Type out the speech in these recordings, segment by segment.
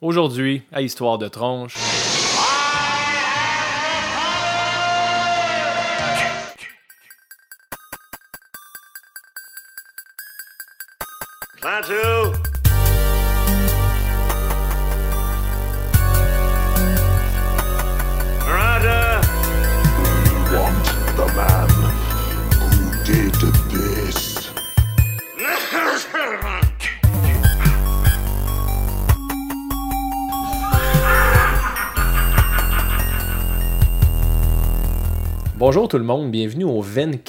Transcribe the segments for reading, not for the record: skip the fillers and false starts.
Aujourd'hui, à Histoire de tronche... Plan two. Marata. We want the man who did this. Bonjour tout le monde, bienvenue au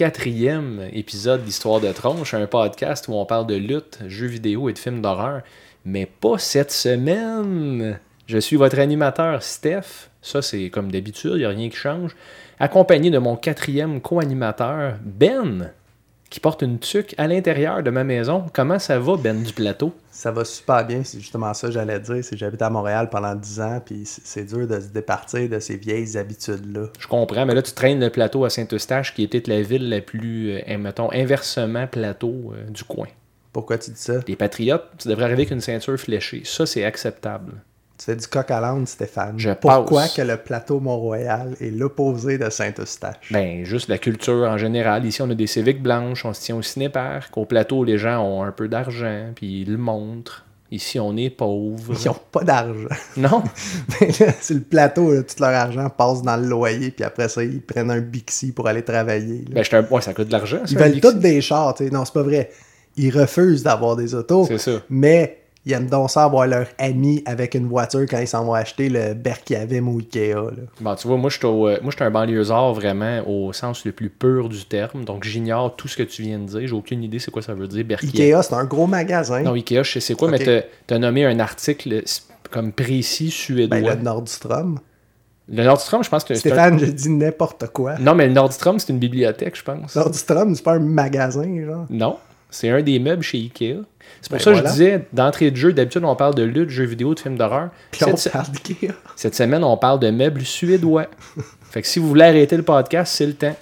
24e épisode d'Histoire de tronche, un podcast où on parle de lutte, jeux vidéo et de films d'horreur, mais pas cette semaine. Je suis votre animateur Steph, ça c'est comme d'habitude, il n'y a rien qui change, accompagné de mon 4e co-animateur Ben, qui porte une tuque à l'intérieur de ma maison. Comment ça va, Ben du plateau? Ça va super bien, c'est justement ça que j'allais dire. C'est que j'habite à Montréal pendant 10 ans, puis c'est dur de se départir de ces vieilles habitudes-là. Je comprends, mais là, tu traînes le plateau à Saint-Eustache, qui était la ville la plus, mettons, inversement plateau du coin. Pourquoi tu dis ça? Les Patriotes, tu devrais arriver avec une ceinture fléchée. Ça, c'est acceptable. Tu fais du coq à l'âne, Stéphane. Je Pourquoi passe. que le plateau Mont-Royal est l'opposé de Saint-Eustache? Ben, juste la culture en général. Ici, on a des civiques blanches, on se tient au cinéparc. Au plateau, les gens ont un peu d'argent, puis ils le montrent. Ici, on est pauvres. Ils n'ont pas d'argent. Non? Mais là, sur le plateau, là, tout leur argent passe dans le loyer, puis après ça, ils prennent un Bixi pour aller travailler. Là. Ben, ouais, ça coûte de l'argent. Ils ça, veulent un tous Bixi. des chars, tu sais. Non, c'est pas vrai. Ils refusent d'avoir des autos. C'est ça. Mais ils aiment donc ça avoir leur ami avec une voiture quand ils s'en vont acheter le Berkiavim ou Ikea. Là. Bon, tu vois, moi, je suis un banlieusard vraiment au sens le plus pur du terme. Donc, j'ignore tout ce que tu viens de dire. J'ai aucune idée c'est quoi ça veut dire, Berkia. Ikea, c'est un gros magasin. Non, Ikea, je sais c'est quoi, Ok. mais t'as nommé un article comme précis suédois. Ben, le Nordstrom. Le Nordstrom, je pense que c'est Stéphane, je dis n'importe quoi. Non, mais le Nordstrom, c'est une bibliothèque, je pense. Nordstrom, c'est pas un magasin, genre. Non, c'est un des meubles chez Ikea. C'est pour Ben ça que voilà. je disais, d'entrée de jeu, d'habitude, on parle de lutte, jeux vidéo, de films d'horreur. Puis on Cette, parle d'Ikea. cette semaine, on parle de meubles suédois. Fait que si vous voulez arrêter le podcast, c'est le temps.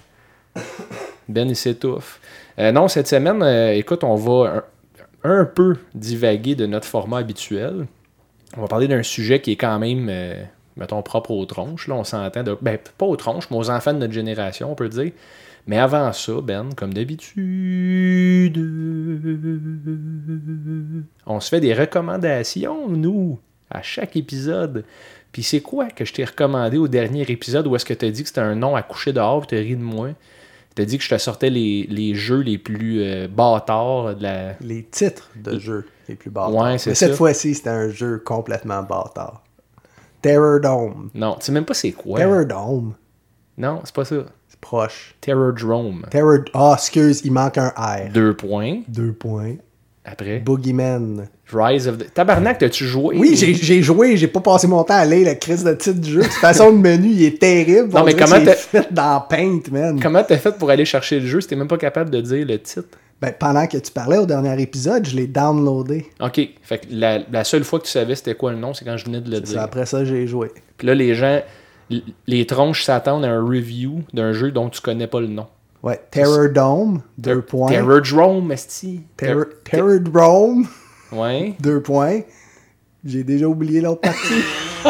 Ben, il s'étouffe. Non, cette semaine, écoute, on va un peu divaguer de notre format habituel. On va parler d'un sujet qui est quand même, mettons, propre aux tronches. Là, on s'entend de... Ben, pas aux tronches, mais aux enfants de notre génération, on peut dire. Mais avant ça, Ben, comme d'habitude, on se fait des recommandations, nous, à chaque épisode. Puis c'est quoi que je t'ai recommandé au dernier épisode où est-ce que tu as dit que c'était un nom à coucher dehors et tu as ri de moi? Tu as dit que je te sortais les jeux les plus bâtards de la... Les titres de jeux les plus bâtards. Ouais, c'est Mais cette ça. fois-ci, c'était un jeu complètement bâtard. Terror Dome. Non, tu sais même pas c'est quoi. Terror Dome. Non, c'est pas ça. C'est proche. Terrordrome. Excuse, il manque un R. 2 points. 2 points. Après, Boogeyman. Rise of the... Tabarnak, t'as-tu joué? Oui, j'ai joué, j'ai pas passé mon temps à lire le crise de titre du jeu. De toute façon, le menu, il est terrible. Non, On mais dirait comment que t'as- c'est fait dans Paint, man. Comment t'as fait pour aller chercher le jeu si t'es même pas capable de dire le titre? Ben, pendant que tu parlais au dernier épisode, je l'ai downloadé. OK. Fait que la seule fois que tu savais c'était quoi le nom, c'est quand je venais de le C'est dire. ça, après ça, j'ai joué. Puis là, les gens, les tronches s'attendent à un review d'un jeu dont tu connais pas le nom. Ouais, Terror Dome, 2 points. Terrordrome, esti. Terror Dome, Ouais. 2 points. J'ai déjà oublié l'autre partie.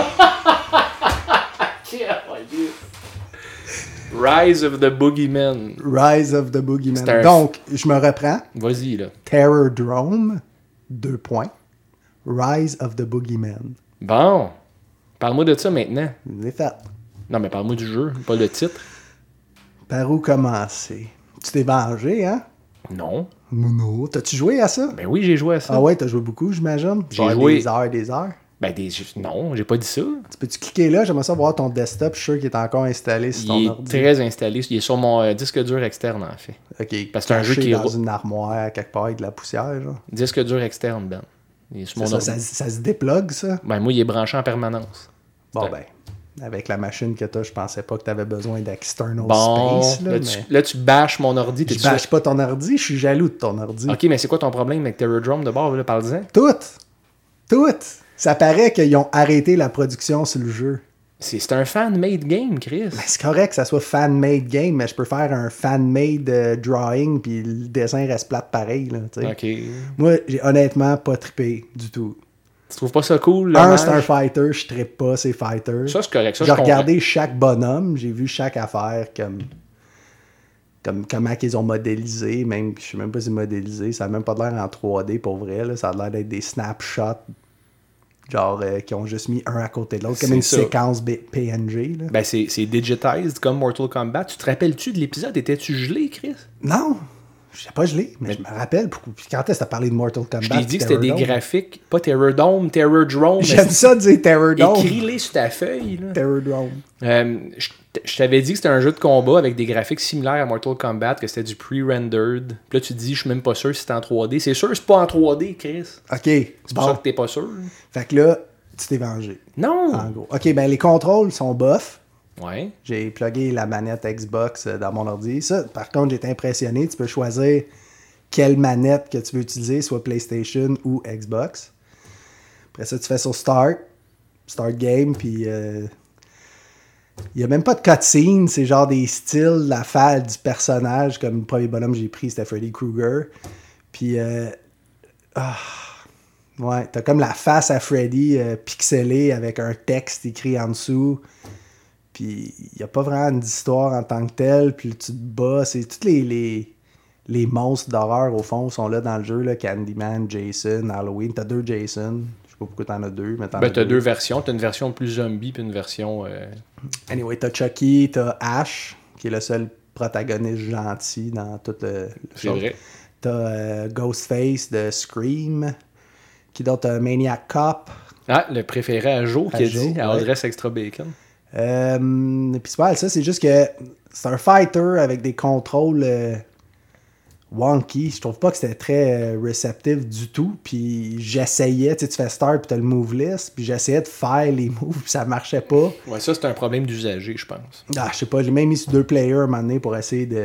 Rise of the Boogeyman. Rise of the Boogeyman. C'est un- Donc, je me reprends. Vas-y, là. Terror Dome, 2 points. Rise of the Boogeyman. Bon. Parle-moi de ça maintenant. Je l'ai fait. Non, mais parle-moi du jeu, pas le titre. Par où commencer? Tu t'es vengé, hein? Non. Non. T'as-tu joué à ça? Ben oui, j'ai joué à ça. Ah ouais, t'as joué beaucoup, j'imagine? J'ai Genre joué- des heures et des heures. Ben non, j'ai pas dit ça. Tu peux-tu cliquer là? J'aimerais ça voir ton desktop. Je suis sûr qu'il est encore installé sur ton Il est ordi. très installé. Il est sur mon disque dur externe, en fait. Ok. Parce que c'est un jeu caché qui est dans ro- une armoire quelque part avec de la poussière, genre. Disque dur externe, Ben. Il est sur C'est mon ça, ordi. ça se déplogue, ça? Ben moi, il est branché en permanence. Bon, C'est- ben, avec la machine que t'as, je pensais pas que t'avais besoin d'external Bon, space, là, là, mais... là, tu bâches mon ordi. Je bâche pas ton ordi, je suis jaloux de ton ordi. Ok, mais c'est quoi ton problème avec Terrordrome de bord, là, parle-en? Tout! Ça paraît qu'ils ont arrêté la production sur le jeu. C'est un fan-made game, Chris. Ben, c'est correct que ça soit fan-made game, mais je peux faire un fan-made drawing, puis le dessin reste plate pareil, là, tu sais. Ok. Moi, j'ai honnêtement pas trippé du tout. Tu trouves pas ça cool? C'est un fighter, je trippe pas ces fighters. Ça, c'est correct. Ça, j'ai regardé chaque bonhomme, j'ai vu chaque affaire comme comment ils ont modélisé, même je sais même pas si c'est modélisé, ça a même pas l'air en 3D pour vrai, là. Ça a l'air d'être des snapshots genre qui ont juste mis un à côté de l'autre, comme une séquence PNG. Là. Ben c'est digitized comme Mortal Kombat. Tu te rappelles-tu de l'épisode? Étais-tu gelé, Chris? Non! Je sais pas gelé, mais je me rappelle. Quand est-ce que t'as parlé de Mortal Kombat? Je t'ai dit que c'était des graphiques, pas Terror Dome, Terror Drone. J'aime ça dire Terror Dome. Écris-les sur ta feuille. Là. Terror Drone. Je t'avais dit que c'était un jeu de combat avec des graphiques similaires à Mortal Kombat, que c'était du pre-rendered. Puis là, tu te dis, je suis même pas sûr si c'est en 3D. C'est sûr, c'est pas en 3D, Chris. OK. C'est pour ça que t'es pas sûr. Fait que là, tu t'es vengé. Non! En gros. OK, ben les contrôles sont bof. Ouais. J'ai plugué la manette Xbox dans mon ordi. Ça, par contre, j'étais impressionné. Tu peux choisir quelle manette que tu veux utiliser, soit PlayStation ou Xbox. Après ça, tu fais sur Start Game, puis il n'y a même pas de cutscene, c'est genre des styles, la face du personnage, comme le premier bonhomme que j'ai pris, c'était Freddy Krueger. Puis, ouais, t'as comme la face à Freddy pixelée avec un texte écrit en dessous. Puis, il n'y a pas vraiment d'histoire en tant que telle, puis tu te bats, c'est tous les monstres d'horreur, au fond, sont là dans le jeu, là, Candyman, Jason, Halloween. T'as 2 Jason. Je sais pas pourquoi t'en as 2, mais t'as 2 versions. T'as une version plus zombie puis une version... Anyway, t'as Chucky, t'as Ash, qui est le seul protagoniste gentil dans tout le... C'est vrai. T'as Ghostface de Scream. Qui d'autre? T'as Maniac Cop. Ah, le préféré à Joe, qui a dit, à Audrey Extra Bacon. Puis c'est pas ça, c'est juste que c'est un fighter avec des contrôles... wonky, je trouve pas que c'était très réceptif du tout, puis j'essayais, tu fais start puis t'as le move list, puis j'essayais de faire les moves puis ça marchait pas. Ouais, ça c'est un problème d'usager, je pense. Ah, je sais pas, j'ai même mis sur 2 players un moment donné pour essayer de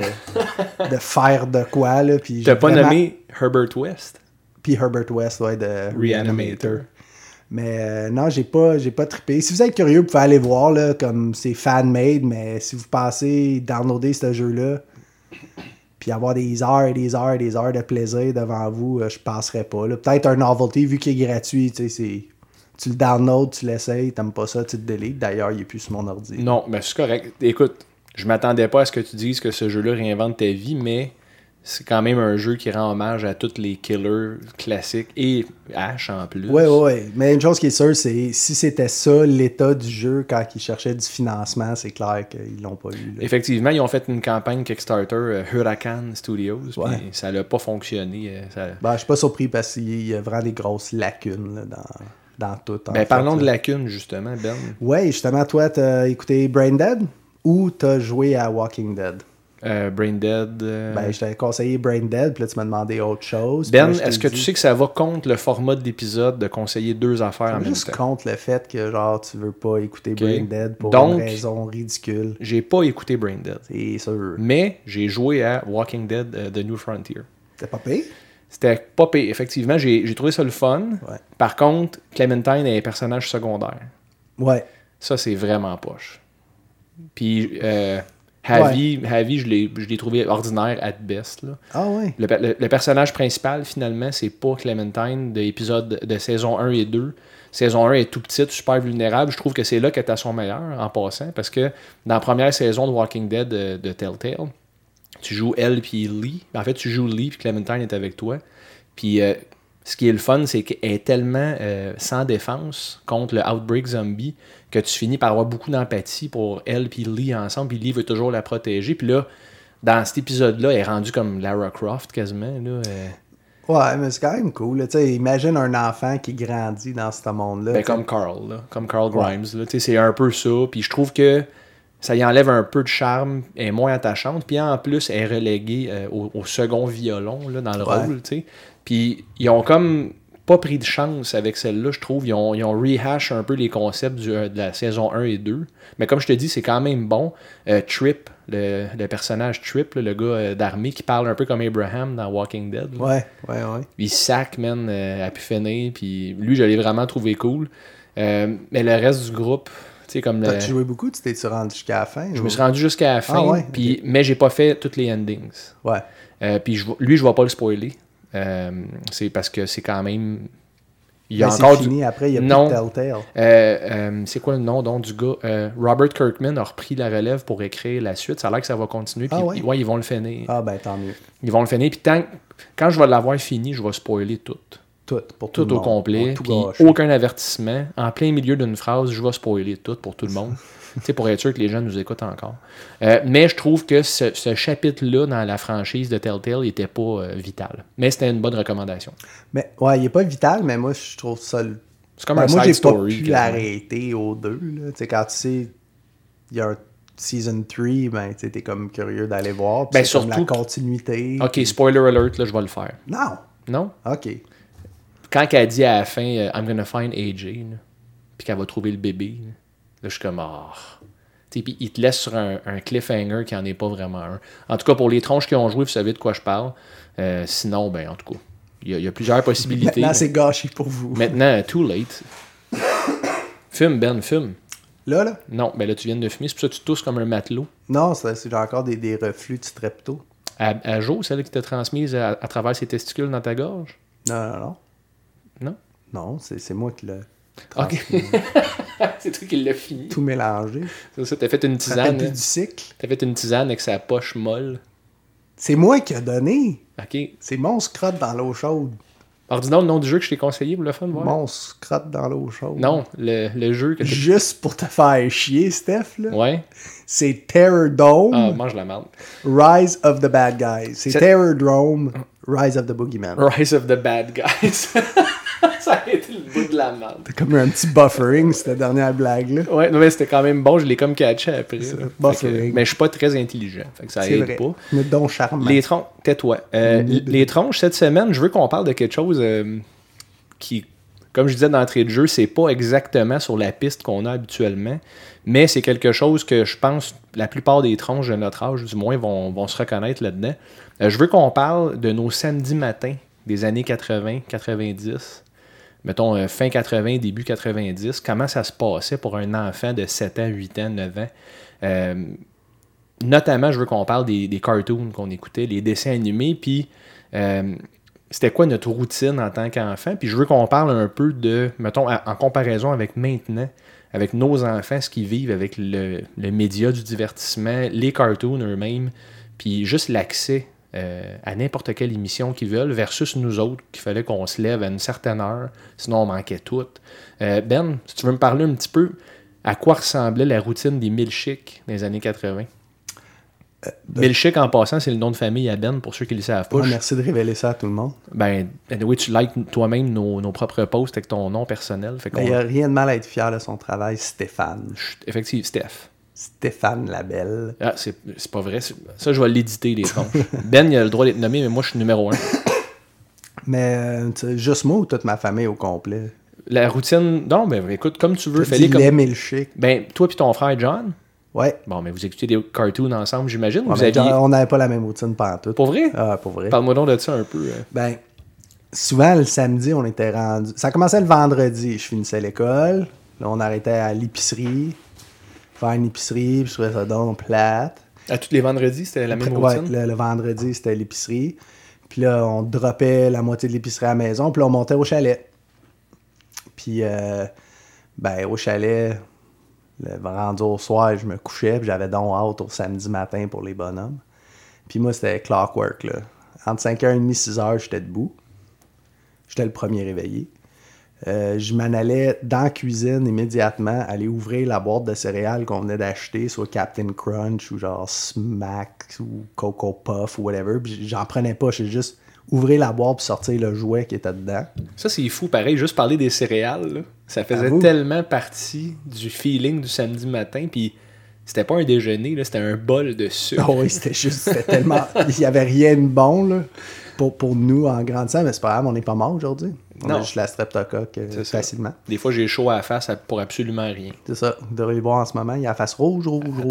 faire de quoi, là, puis t'as pas nommé Herbert West? Puis Herbert West, ouais, de Reanimator. Mais non, j'ai pas trippé. Si vous êtes curieux, vous pouvez aller voir, là, comme c'est fan-made, mais si vous pensez downloader ce jeu-là, puis avoir des heures et des heures et des heures de plaisir devant vous, je passerais pas. Là. Peut-être un novelty, vu qu'il est gratuit, tu le downloads, tu l'essayes, t'aimes pas ça, tu te délites. D'ailleurs, il est plus sur mon ordi. Non, mais c'est correct. Écoute, je m'attendais pas à ce que tu dises que ce jeu-là réinvente ta vie, mais c'est quand même un jeu qui rend hommage à tous les killers classiques et Ash en plus. Ouais. Mais une chose qui est sûre, c'est si c'était ça l'état du jeu quand ils cherchaient du financement, c'est clair qu'ils l'ont pas eu. Là. Effectivement, ils ont fait une campagne Kickstarter Huracan Studios, puis ouais. Ça n'a pas fonctionné. Je suis pas surpris parce qu'il y a vraiment des grosses lacunes là, dans tout. Parlons de lacunes, justement, Ben. Ouais, justement, toi, t'as écouté Brain Dead ou t'as joué à Walking Dead? Brain Dead. Je t'avais conseillé Brain Dead, puis là, tu m'as demandé autre chose. Ben, est-ce que tu sais que ça va contre le format de l'épisode de conseiller 2 affaires en même temps? Juste contre le fait que, genre, tu veux pas écouter Brain Dead pour une raison ridicule. J'ai pas écouté Brain Dead. C'est sûr. Mais j'ai joué à Walking Dead The New Frontier. C'était pas pire? C'était pas pire. Effectivement, j'ai trouvé ça le fun. Ouais. Par contre, Clementine est un personnage secondaire. Ouais. Ça, c'est vraiment poche. Puis... Javi, je l'ai trouvé ordinaire at best. Là. Ah ouais? Le personnage principal, finalement, c'est pas Clementine de l'épisode de saison 1 et 2. Saison 1 est tout petite, super vulnérable. Je trouve que c'est là qu'elle est à son meilleur, en passant, parce que dans la première saison de Walking Dead de Telltale, tu joues elle puis Lee. En fait, tu joues Lee puis Clementine est avec toi. Puis ce qui est le fun, c'est qu'elle est tellement sans défense contre le Outbreak Zombie que tu finis par avoir beaucoup d'empathie pour elle puis Lee ensemble, puis Lee veut toujours la protéger. Puis là, dans cet épisode-là, elle est rendue comme Lara Croft quasiment. Là, Ouais, mais c'est quand même cool. Là. Imagine un enfant qui grandit dans ce monde-là. Comme Carl, là, comme Carl Grimes. Là, c'est un peu ça. Puis je trouve que ça y enlève un peu de charme, elle est moins attachante. Puis en plus, elle est reléguée au second violon là, dans le rôle. T'sais. Puis ils ont comme pas pris de chance avec celle-là, je trouve. Ils ont rehash un peu les concepts de la saison 1 et 2. Mais comme je te dis, c'est quand même bon. Trip, le personnage Trip, là, le gars d'armée qui parle un peu comme Abraham dans Walking Dead. Là. Ouais. Il sac, man, à pu finir. Puis lui, je l'ai vraiment trouvé cool. Mais le reste du groupe... T'as-tu joué beaucoup? Tu t'es rendu jusqu'à la fin? Je me suis rendu jusqu'à la fin, okay. Mais j'ai pas fait toutes les endings. Ouais. Puis lui, je vais pas le spoiler. C'est parce que c'est quand même Il y a Ben, encore c'est fini, après, il y a Non. plus de Telltale. C'est quoi le nom donc, du gars? Robert Kirkman a repris la relève pour écrire la suite. Ça a l'air que ça va continuer. Puis, Ah ouais? ils vont le finir. Ah, ben, tant mieux. Ils vont le finir. Puis quand je vais l'avoir fini, je vais spoiler tout. Pour tout Tout le au monde. complet. Tout Puis gâcher. aucun avertissement. En plein milieu d'une phrase, je vais spoiler tout pour tout le monde. Tu sais, pour être sûr que les gens nous écoutent encore. Mais je trouve que ce chapitre-là dans la franchise de Telltale n'était pas vital. Mais c'était une bonne recommandation. Mais, ouais, il est pas vital, mais moi, je trouve ça... C'est comme Ben, un moi, side j'ai pas story. pu quasiment. l'arrêter aux 2. Là. Tu sais, quand tu sais, il y a un Season 3, ben, tu sais, t'es comme curieux d'aller voir. Puis Ben, c'est comme surtout- la continuité. Ok, spoiler alert, là, je vais le faire. Non! Non? OK. Quand elle dit à la fin I'm gonna find AJ, là, puis qu'elle va trouver le bébé, là, je suis comme Tu sais, puis il te laisse sur un cliffhanger qui en est pas vraiment un. En tout cas, pour les tronches qui ont joué, vous savez de quoi je parle. Sinon, ben en tout cas, il y a plusieurs possibilités. Maintenant, c'est gâché pour vous. Maintenant, too late. Fume, Ben, fume. Là? Non, ben là, tu viens de fumer. C'est pour ça que tu tousses comme un matelot. Non, j'ai encore des reflux du strepto. À Jo, celle qui t'a transmise à travers ses testicules dans ta gorge? Non. Non? Non, c'est moi qui l'ai Ok. C'est toi qui l'as fini. tout mélangé. C'est ça, t'as fait une Ça s'appelle tisane. plus hein? du cycle. T'as fait une tisane avec sa poche molle. C'est moi qui ai donné. Ok. C'est mon scrotte dans l'eau chaude. Alors, dis donc le nom du jeu que je t'ai conseillé pour le fun, voir. Mon scrotte dans l'eau chaude. Non, le jeu que t'as... Juste pour te faire chier, Steph, là. Ouais. C'est Terror Dome, Ah, mange la merde. Rise of the Bad Guys. C'est C'est- Terror Dome, Rise of the Boogeyman. Rise of the Bad Guys. Ça a été le bout de la merde. T'as comme eu un petit buffering, cette dernière blague-là. Ouais, non, mais c'était quand même bon, je l'ai comme catché après. C'est là. buffering. Fait que- mais je suis pas très intelligent, fait que ça C'est aide vrai. pas. Mais donc charmant. Les tronches, tais-toi. Les tronches, cette semaine, je veux qu'on parle de quelque chose qui, comme je disais d'entrée de jeu, c'est pas exactement sur la piste qu'on a habituellement, mais c'est quelque chose que je pense la plupart des tronches de notre âge, du moins, vont se reconnaître là-dedans. Je veux qu'on parle de nos samedis matins des années 80, 90, mettons fin 80, début 90, comment ça se passait pour un enfant de 7 ans, 8 ans, 9 ans. Notamment, je veux qu'on parle des cartoons qu'on écoutait, les dessins animés, puis c'était quoi notre routine en tant qu'enfant. Puis je veux qu'on parle un peu de, mettons, en comparaison avec maintenant, avec nos enfants, ce qu'ils vivent avec le média du divertissement, les cartoons eux-mêmes, puis juste l'accès à n'importe quelle émission qu'ils veulent, versus nous autres, qu'il fallait qu'on se lève à une certaine heure, sinon on manquait tout. Ben, si tu veux me parler un petit peu à quoi ressemblait la routine des milkshakes dans les années 80? Milkshake, en passant, c'est le nom de famille à Ben, pour ceux qui ne le savent pas. Ah, merci de révéler ça à tout le monde. Ben, anyway, tu likes toi-même nos propres posts avec ton nom personnel. Fait qu'on... Il n'y a rien de mal à être fier de son travail, Stéphane. Effectivement, Steph. Stéphane Labelle. Ah, c'est pas vrai. Ça, je vais l'éditer, les tronches. Ben, il a le droit d'être nommé, mais moi, je suis numéro 1. Mais tu sais, juste moi ou toute ma famille au complet? La routine... Non, ben écoute, comme tu veux. Tu dis Comme... les milkshakes. Ben, toi puis ton frère John, Ouais. bon, mais vous écoutez des cartoons ensemble, j'imagine. Ouais, Vous mais aviez... on n'avait pas la même routine pantoute. Pour vrai? Ah, pour vrai. Parle-moi donc de ça un peu. Ben, souvent, le samedi, on était rendu... Ça commençait le vendredi. Je finissais l'école. Là, on arrêtait à l'épicerie. Faire une épicerie, puis je trouvais ça donc plate. À tous les vendredis, c'était la même Ouais, routine? le vendredi, c'était l'épicerie. Puis là, on droppait la moitié de l'épicerie à la maison, puis là, on montait au chalet. Puis, ben, au chalet, rendu au soir, je me couchais, puis j'avais donc hâte au samedi matin pour les bonhommes. Puis moi, c'était clockwork, là. Entre 5h30 et 6h, j'étais debout. J'étais le premier réveillé. Je m'en allais dans la cuisine immédiatement, aller ouvrir la boîte de céréales qu'on venait d'acheter, soit Captain Crunch ou genre Smack ou Cocoa Puff ou whatever. Puis j'en prenais pas, je juste ouvrir la boîte et sortir le jouet qui était dedans. Ça, c'est fou. Pareil, juste parler des céréales, là, ça faisait Avoue. tellement partie du feeling du samedi matin. Puis c'était pas un déjeuner, là, c'était un bol de sucre. Oh oui, c'était tellement... Il y avait rien de bon, là, pour nous en grandissant, mais c'est pas grave, on n'est pas mort aujourd'hui. On Non. a juste la streptocoque C'est ça. facilement. Des fois, j'ai chaud à la face pour absolument rien. C'est ça. Vous devriez le voir en ce moment. Il a la face rouge.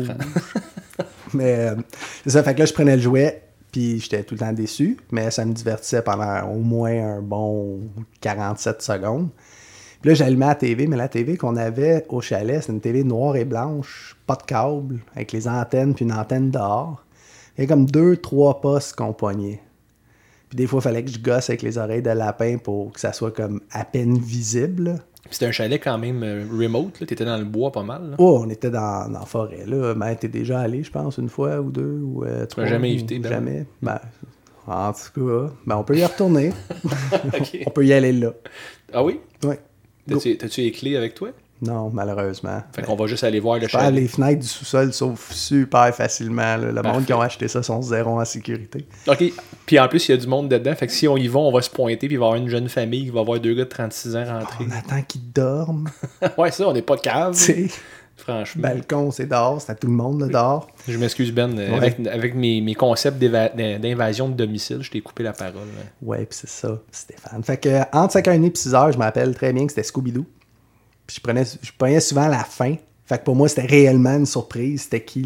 Mais c'est ça. Fait que là, je prenais le jouet. Puis j'étais tout le temps déçu. Mais ça me divertissait pendant au moins un bon 47 secondes. Puis là, j'allumais la TV. Mais la TV qu'on avait au chalet, c'est une TV noire et blanche. Pas de câble. Avec les antennes. Puis une antenne dehors. Il y a comme 2-3 postes qu'on pognait. Puis Puis des fois, il fallait que je gosse avec les oreilles de lapin pour que ça soit comme à peine visible. Puis c'était un chalet quand même remote, là. T'étais dans le bois pas mal, là. Oh, on était dans la forêt, là. Ben, t'es déjà allé, je pense, une fois ou deux, ou Tu m'as jamais invité, Ben. Jamais. Ben, en tout cas, ben, on peut y retourner. OK. On peut y aller là. Ah oui? Oui. T'as-tu les clés avec toi? Non, malheureusement. Fait qu'on va juste aller voir le Faire chalet. les fenêtres du sous-sol s'ouvrent super facilement. Là. Le Parfait. monde qui ont acheté ça sont zéro en sécurité. OK. Puis en plus, il y a du monde dedans. Fait que si on y va, on va se pointer. Puis il va y avoir une jeune famille qui va avoir 2 gars de 36 ans rentrer. On attend qu'ils dorment. Ouais, ça, on n'est pas cave. Tu sais, Franchement. balcon, c'est dehors. C'est à tout le monde là, dehors. Je m'excuse, Ben. Avec mes concepts d'invasion de domicile, je t'ai coupé la parole. Hein. Ouais, puis c'est ça, Stéphane. Fait que entre 5h30 et 6h, je me rappelle très bien que c'était Scooby-Doo. Puis je prenais souvent la fin. Fait que pour moi, c'était réellement une surprise. C'était qui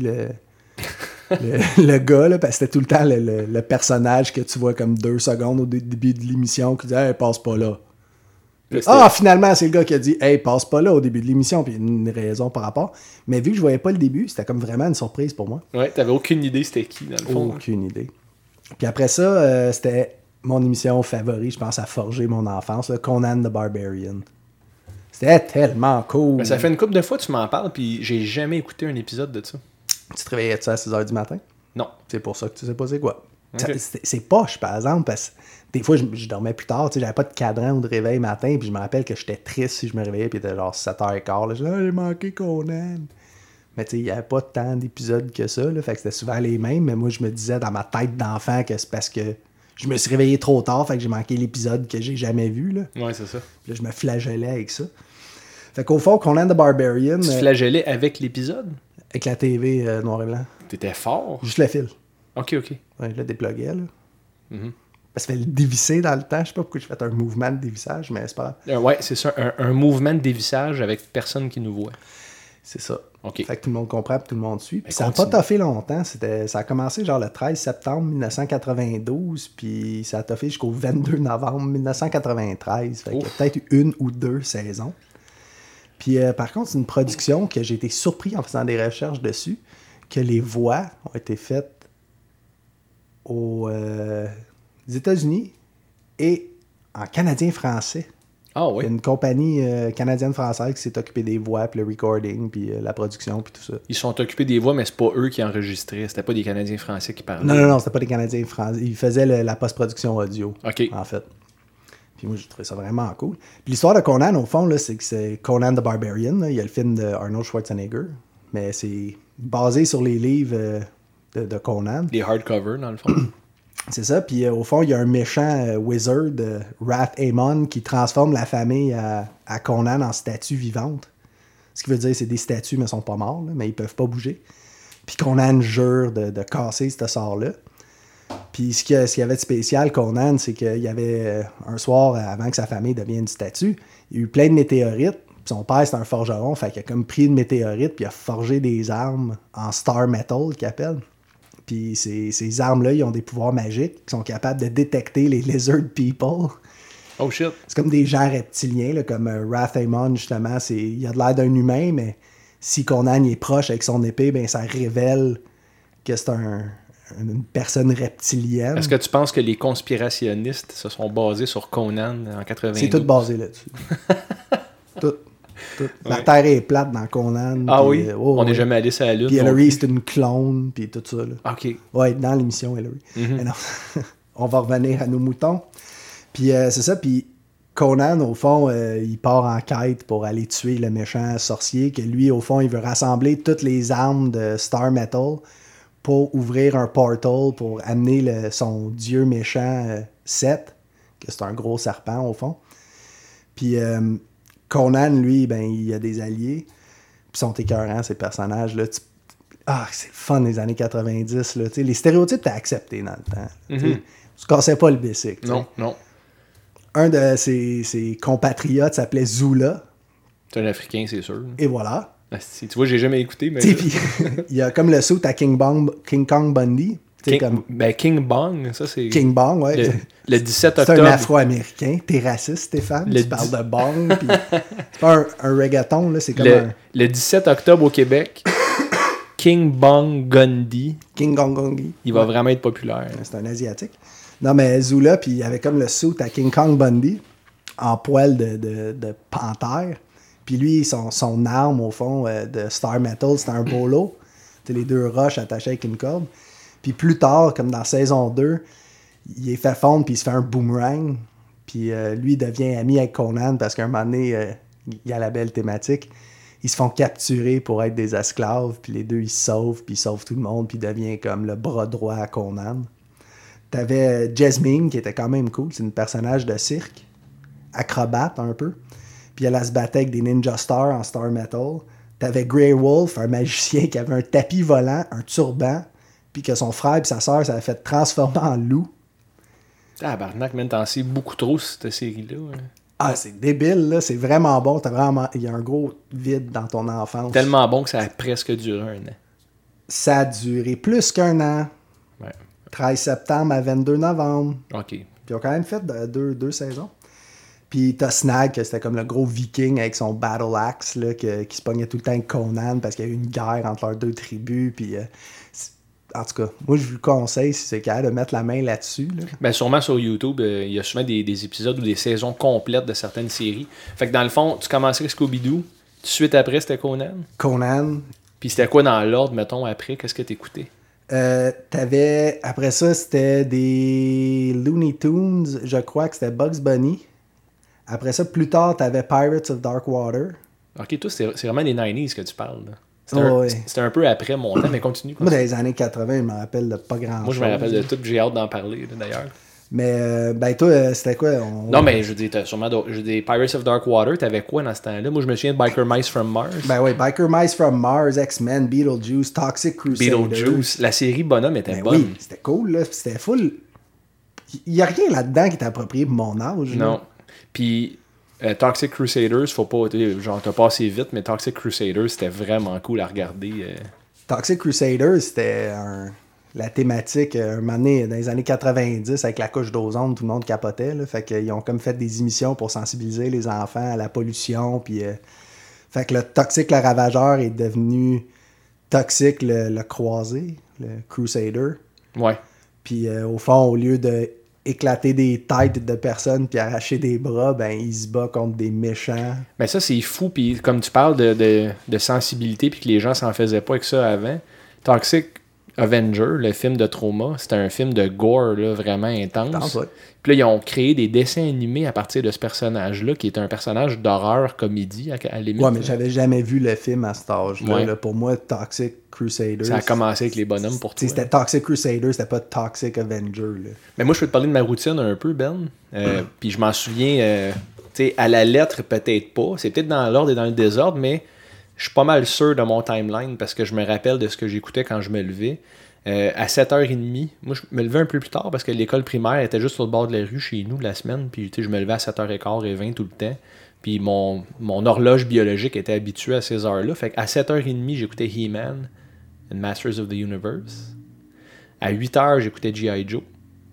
le gars, là, parce que c'était tout le temps le personnage que tu vois comme 2 secondes au début de l'émission qui dit « Hey, passe pas là ». Finalement, c'est le gars qui a dit « Hey, passe pas là » au début de l'émission. Puis il y a une raison par rapport. Mais vu que je voyais pas le début, c'était comme vraiment une surprise pour moi. Ouais, t'avais aucune idée c'était qui, dans le fond. Aucune idée. Puis après ça, c'était mon émission favorite, je pense, à forger mon enfance, là, Conan the Barbarian. C'était tellement cool. Ben, ça fait une couple de fois que tu m'en parles, puis j'ai jamais écouté un épisode de ça. Tu te réveillais-tu à 6h du matin? Non. C'est pour ça que tu sais pas c'est quoi. Okay. C'est poche, par exemple, parce que des fois, je dormais plus tard, tu sais, j'avais pas de cadran ou de réveil matin, puis je me rappelle que j'étais triste si je me réveillais, puis il était genre 7h15, là, je disais, j'ai manqué Conan. Mais tu sais, il n'y avait pas tant d'épisodes que ça, là, fait que c'était souvent les mêmes, mais moi, je me disais dans ma tête d'enfant que c'est parce que je me suis réveillé trop tard, fait que j'ai manqué l'épisode que j'ai jamais vu, là. Ouais, c'est ça. Puis là, je me flagellais avec ça. Fait qu'au fond, Conan the Barbarian... Tu te flagellais avec l'épisode? Avec la TV noir et blanc. T'étais fort? Juste le fil. OK. Ouais, je le dépluguais, là. Mm-hmm. Parce que ça fait le dévisser dans le temps. Je sais pas pourquoi j'ai fait un mouvement de dévissage, mais c'est pas grave. Ouais, c'est ça. Un mouvement de dévissage avec personne qui nous voit. C'est ça. OK. Fait que tout le monde comprend et tout le monde suit. Puis ça n'a continue. pas toffé longtemps. Ça a commencé genre le 13 septembre 1992, puis ça a toffé jusqu'au 22 novembre 1993. Fait qu'il y a peut-être 1 ou 2 saisons. Puis par contre, c'est une production que j'ai été surpris en faisant des recherches dessus, que les voix ont été faites aux États-Unis et en canadien-français. Ah oui? Il y a une compagnie canadienne-française qui s'est occupée des voix, puis le recording, puis la production, puis tout ça. Ils sont occupés des voix, mais c'est pas eux qui enregistraient. C'était pas des Canadiens français qui parlaient. Non, c'était pas des Canadiens français. Ils faisaient la post-production audio, OK. en fait. Puis moi, j'ai trouvé ça vraiment cool. Puis l'histoire de Conan, au fond, là, c'est que c'est Conan the Barbarian. Là. Il y a le film de Arnold Schwarzenegger, mais c'est basé sur les livres de Conan. Les hardcovers, dans le fond. C'est ça. Puis au fond, il y a un méchant wizard, Wrath Amon, qui transforme la famille à Conan en statue vivante. Ce qui veut dire que c'est des statues, mais ils sont pas morts, là, mais ils peuvent pas bouger. Puis Conan jure de casser ce sort-là. Puis ce qu'il y avait de spécial, Conan, c'est qu'il y avait un soir, avant que sa famille devienne une statue, il y a eu plein de météorites. Puis son père, c'est un forgeron, fait qu'il a comme pris une météorite, puis il a forgé des armes en star metal, qu'il appelle. Puis ces armes-là, ils ont des pouvoirs magiques qui sont capables de détecter les lizard people. Oh shit. C'est comme des gens reptiliens, là, comme Wrath Amon, justement. Il a de l'air d'un humain, mais si Conan est proche avec son épée, ben ça révèle que c'est une personne reptilienne. Est-ce que tu penses que les conspirationnistes se sont basés sur Conan en 92? C'est tout basé là-dessus. tout. La Terre est plate dans Conan. Ah pis, oui? On n'est jamais allé sur la Lune. Puis Hillary, c'est une clone, puis tout ça. Là. OK. Ouais, dans l'émission Hillary. Mais non, on va revenir à nos moutons. Puis c'est ça, puis Conan, au fond, il part en quête pour aller tuer le méchant sorcier, que lui, au fond, il veut rassembler toutes les armes de Star Metal pour ouvrir un portal pour amener son dieu méchant Seth, que c'est un gros serpent, au fond. Puis Conan, lui, ben, il a des alliés. Puis sont écœurants, ces personnages-là. C'est le fun des années 90. Là. Les stéréotypes, t'as accepté dans le temps. Tu ne cassais pas le basic. Non. Un de ses compatriotes s'appelait Zula. C'est un Africain, c'est sûr. Et voilà. Tu vois, j'ai jamais écouté, mais... Puis, il y a comme le suit à King Kong Bundy. King Bong, ça c'est... King Bong, ouais. Le 17 c'est octobre. un Afro-Américain. T'es raciste, Stéphane. Tu parles de Bong. Puis c'est pas un reggaeton, là. C'est comme le 17 octobre au Québec, King Bong Gundy. King Kong Bundy. Il va vraiment être populaire. C'est un Asiatique. Non, mais Zula, puis il y avait comme le suit à King Kong Bundy, en poil de panthère. Puis lui, son arme, au fond, de Star Metal, c'était un bolo. T'as les deux roches attachées avec une corde. Puis plus tard, comme dans saison 2, il est fait fondre, puis il se fait un boomerang. Puis lui, il devient ami avec Conan, parce qu'à un moment donné, il y a la belle thématique. Ils se font capturer pour être des esclaves, puis les deux, ils se sauvent, puis ils sauvent tout le monde, puis il devient comme le bras droit à Conan. T'avais Jasmine, qui était quand même cool. C'est une personnage de cirque, acrobate un peu. Puis elle se battait avec des Ninja Stars en Star Metal. T'avais Grey Wolf, un magicien qui avait un tapis volant, un turban, puis que son frère et sa sœur s'avaient fait transformer en loup. Ah, Barnac, même t'en sais beaucoup trop cette série-là. Ouais. Ah, c'est débile, là. C'est vraiment bon. Il y a un gros vide dans ton enfance. Tellement bon que ça a presque duré 1 an. Ça a duré plus qu'1 an. Ouais. 13 septembre à 22 novembre. OK. Puis ils ont quand même fait deux saisons. Puis t'as Snag, que c'était comme le gros viking avec son battle axe, là, qui se pognait tout le temps avec Conan parce qu'il y a eu une guerre entre leurs deux tribus. Puis, en tout cas, moi je vous le conseille si c'est capable de mettre la main là-dessus. Là. Ben sûrement sur YouTube, il y a souvent des épisodes ou des saisons complètes de certaines séries. Fait que dans le fond, tu commençais avec Scooby-Doo, tout de suite après c'était Conan. Conan. Puis c'était quoi dans l'ordre, mettons, après? Qu'est-ce que t'écoutais? T'avais, après ça, c'était des Looney Tunes, je crois que c'était Bugs Bunny. Après ça, plus tard, t'avais Pirates of Dark Water. Ok, toi, c'est vraiment les 90s que tu parles. Là. C'était un peu après mon temps, mais continue. Moi, dans les années 80, je me rappelle de pas grand-chose. Moi, je me rappelle de tout, j'ai hâte d'en parler, là, d'ailleurs. Mais, ben, toi, c'était quoi? Non, mais je veux dire, t'as sûrement des Pirates of Dark Water, t'avais quoi dans ce temps-là? Moi, je me souviens de Biker Mice from Mars. Ben oui, Biker Mice from Mars, X-Men, Beetlejuice, Toxic Crusaders. Beetlejuice. La série Bonhomme était bonne. Oui, c'était cool, là. C'était full. Il y a rien là-dedans qui est approprié pour mon âge. Non. Là. Puis Toxic Crusaders, faut pas... Genre, t'as passé vite, mais Toxic Crusaders, c'était vraiment cool à regarder. Toxic Crusaders, c'était la thématique, un moment donné, dans les années 90, avec la couche d'ozone, tout le monde capotait. Là, fait qu'ils ont comme fait des émissions pour sensibiliser les enfants à la pollution. Puis, fait que le Toxic le Ravageur est devenu Toxic le Croisé, le Crusader. Ouais. Puis au fond, au lieu de éclater des têtes de personnes puis arracher des bras, ben il se bat contre des méchants. Mais ça, c'est fou. Puis comme tu parles de sensibilité puis que les gens s'en faisaient pas avec ça avant, Toxic Avenger, le film de Trauma, c'était un film de gore là, vraiment intense. Ouais. Puis là, ils ont créé des dessins animés à partir de ce personnage-là, qui est un personnage d'horreur comédie, à la limite. Ouais, mais j'avais jamais vu le film à cet âge-là. Ouais. Là, pour moi, Toxic Crusaders... Ça a commencé avec les bonhommes pour toi. C'était Toxic Crusaders, c'était pas Toxic Avenger. Là. Mais moi, je peux te parler de ma routine un peu, Ben. Puis je m'en souviens, tu sais, à la lettre, peut-être pas. C'est peut-être dans l'ordre et dans le désordre, mais je suis pas mal sûr de mon timeline parce que je me rappelle de ce que j'écoutais quand je me levais. À 7h30, moi je me levais un peu plus tard parce que l'école primaire était juste sur le bord de la rue chez nous la semaine, puis je me levais à 7h15 et 20 tout le temps, puis mon horloge biologique était habituée à ces heures-là, fait qu'à 7h30 j'écoutais He-Man and Masters of the Universe, à 8h j'écoutais G.I. Joe,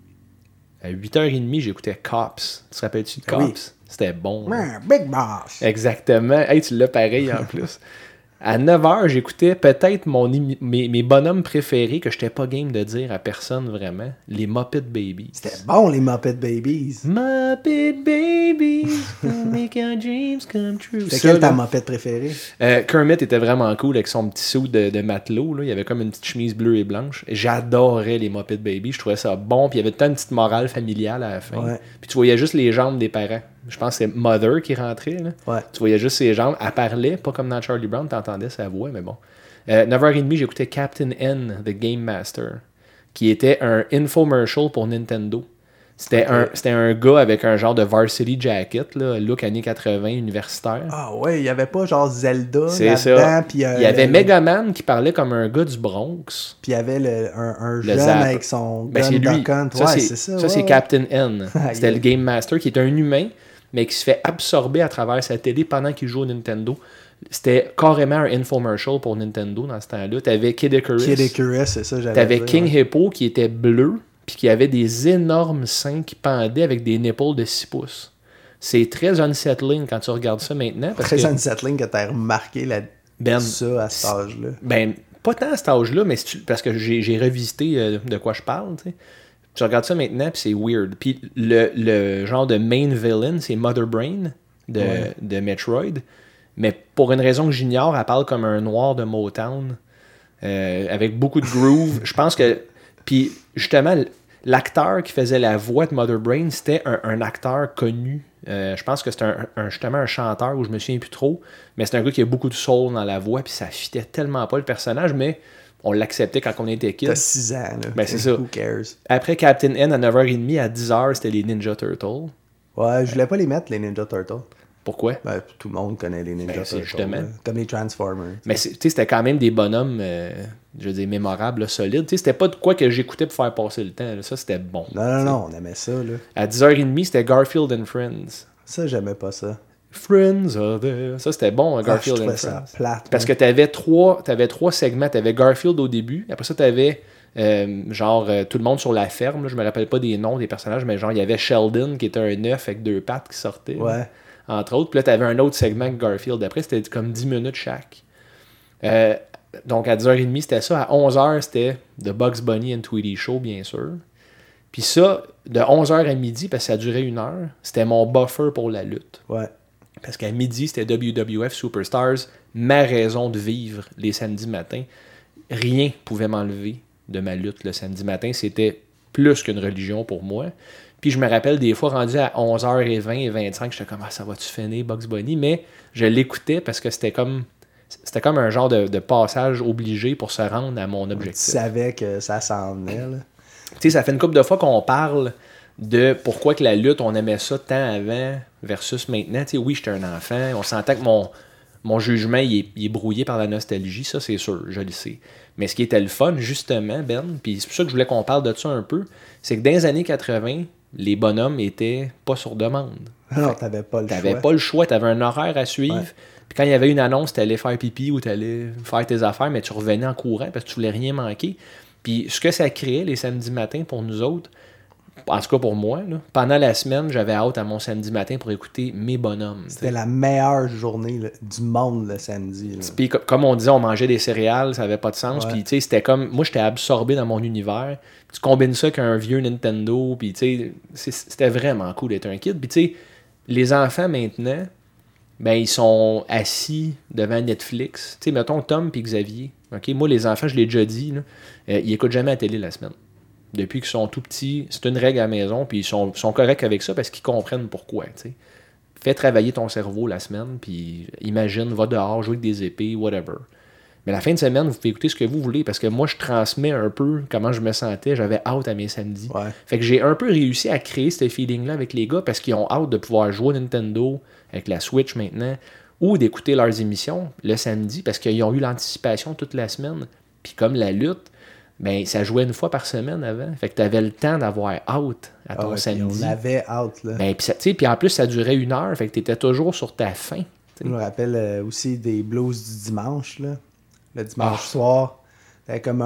à 8h30 j'écoutais Cops, tu te rappelles-tu de Cops? Oui. C'était bon. Big Boss! Exactement, hey, tu l'as pareil en plus. À 9h, j'écoutais peut-être mes bonhommes préférés que j'étais pas game de dire à personne vraiment. Les Muppet Babies. C'était bon, les Muppet Babies. Muppet Babies, make our dreams come true. C'est quelle ta Muppet préférée? Kermit était vraiment cool avec son petit saut de matelot. Là. Il avait comme une petite chemise bleue et blanche. J'adorais les Muppet Babies. Je trouvais ça bon. Puis il y avait tout le temps une petite morale familiale à la fin. Ouais. Puis tu voyais juste les jambes des parents. Je pense que c'est Mother qui rentrait. Là. Ouais. Tu voyais juste ses jambes. Elle parlait, pas comme dans Charlie Brown, t'entendais sa voix, mais bon. 9h30, j'écoutais Captain N, The Game Master, qui était un infomercial pour Nintendo. C'était un gars avec un genre de varsity jacket, là, look années 80, universitaire. Ah ouais, il y avait pas genre Zelda C'est là-dedans. ça. Puis, Il y avait Megaman qui parlait comme un gars du Bronx. Puis il y avait un jeune Zap. avec son Ben, gun c'est lui. duck hunt. Ça, Ouais, c'est c'est ça. ça, c'est ouais. Captain N. C'était Yeah. le Game Master qui est un humain, mais qui se fait absorber à travers sa télé pendant qu'il joue au Nintendo. C'était carrément un infomercial pour Nintendo dans ce temps-là. T'avais Kid Icarus. Kid Icarus, c'est ça, j'avais T'avais dit, King ouais. Hippo qui était bleu, puis qui avait des énormes seins qui pendaient avec des nipples de 6 pouces. C'est très unsettling quand tu regardes ça maintenant. Parce Très que, unsettling que t'aies remarqué Ben, ça à cet âge-là. ben, pas tant à cet âge-là, mais parce que j'ai revisité de quoi je parle, tu sais. Tu regardes ça maintenant, puis c'est weird. Puis le genre de main villain, c'est Mother Brain de Metroid. Mais pour une raison que j'ignore, elle parle comme un noir de Motown, avec beaucoup de groove. Je pense que... Puis justement, l'acteur qui faisait la voix de Mother Brain, c'était un acteur connu. Je pense que c'était justement un chanteur, où je me souviens plus trop. Mais c'est un gars qui a beaucoup de soul dans la voix, puis ça fitait tellement pas le personnage, mais on l'acceptait quand on était kid. T'as 6 ans, là. Ben, c'est ça. Who cares? Après Captain N à 9h30, à 10h, c'était les Ninja Turtles. Ouais, je voulais pas les mettre, les Ninja Turtles. Pourquoi? Ben, tout le monde connaît les Ninja Turtles. Justement. Là. Comme les Transformers. Mais c'était quand même des bonhommes, je veux dire, mémorables, là, solides. T'sais, c'était pas de quoi que j'écoutais pour faire passer le temps. Là. Ça, c'était bon. Non, on aimait ça. Là. À 10h30, c'était Garfield and Friends. Ça, j'aimais pas ça. Friends are there. Ça, c'était bon, Garfield and ça Friends. plate. Parce que t'avais trois segments. T'avais Garfield au début. Après ça, t'avais tout le monde sur la ferme. Là. Je me rappelle pas des noms des personnages, mais genre, il y avait Sheldon qui était un œuf avec 2 pattes qui sortait. Ouais. Là, entre autres. Puis là, t'avais un autre segment avec Garfield. Après, c'était comme 10 minutes chaque. Donc, à 10h30, c'était ça. À 11h, c'était The Bugs Bunny and Tweety Show, bien sûr. Puis ça, de 11h à midi, parce que ça durait 1 heure, c'était mon buffer pour la lutte. Ouais. Parce qu'à midi, c'était WWF Superstars, ma raison de vivre les samedis matins. Rien pouvait m'enlever de ma lutte le samedi matin. C'était plus qu'une religion pour moi. Puis je me rappelle des fois, rendu à 11h20 et 25, j'étais comme « Ah, ça va-tu finir, Bugs Bunny? » Mais je l'écoutais parce que c'était comme un genre de passage obligé pour se rendre à mon objectif. Tu savais que ça s'en venait, là. Tu sais, ça fait une couple de fois qu'on parle de pourquoi que la lutte, on aimait ça tant avant versus maintenant. Tu sais, oui, j'étais un enfant. On s'entend que mon jugement, il est brouillé par la nostalgie. Ça, c'est sûr, je le sais. Mais ce qui était le fun, justement, Ben, puis c'est pour ça que je voulais qu'on parle de ça un peu, c'est que dans les années 80, les bonhommes étaient pas sur demande. Non, t'avais pas le choix. T'avais pas le choix, t'avais un horaire à suivre. Ouais. Puis quand il y avait une annonce, t'allais faire pipi ou t'allais faire tes affaires, mais tu revenais en courant parce que tu voulais rien manquer. Puis ce que ça créait les samedis matins pour nous autres, en tout cas pour moi, là, pendant la semaine, j'avais hâte à mon samedi matin pour écouter mes bonhommes. C'était la meilleure journée là, du monde le samedi. Là. Puis comme on disait, on mangeait des céréales, ça avait pas de sens. Ouais. Puis tu sais, c'était comme, moi j'étais absorbé dans mon univers. Tu combines ça avec un vieux Nintendo, puis tu sais, c'était vraiment cool d'être un kid. Puis tu sais, les enfants maintenant, ben ils sont assis devant Netflix. Tu sais, mettons Tom puis Xavier. Okay? Moi, les enfants, je l'ai déjà dit, là, ils écoutent jamais la télé la semaine. Depuis qu'ils sont tout petits, c'est une règle à la maison, puis ils sont corrects avec ça parce qu'ils comprennent pourquoi. T'sais. Fais travailler ton cerveau la semaine, puis imagine, va dehors, jouer avec des épées, whatever. Mais la fin de semaine, vous pouvez écouter ce que vous voulez, parce que moi, je transmets un peu comment je me sentais. J'avais hâte à mes samedis. Ouais. Fait que j'ai un peu réussi à créer ce feeling-là avec les gars, parce qu'ils ont hâte de pouvoir jouer à Nintendo, avec la Switch maintenant, ou d'écouter leurs émissions le samedi, parce qu'ils ont eu l'anticipation toute la semaine. Puis comme la lutte, ben ça jouait 1 fois par semaine avant. Fait que tu avais le temps d'avoir hâte à ton samedi. On avait hâte, là. Ben, puis en plus, ça durait 1 heure. Fait que tu étais toujours sur ta faim. Je me rappelle aussi des blues du dimanche, là. Le dimanche soir. C'était comme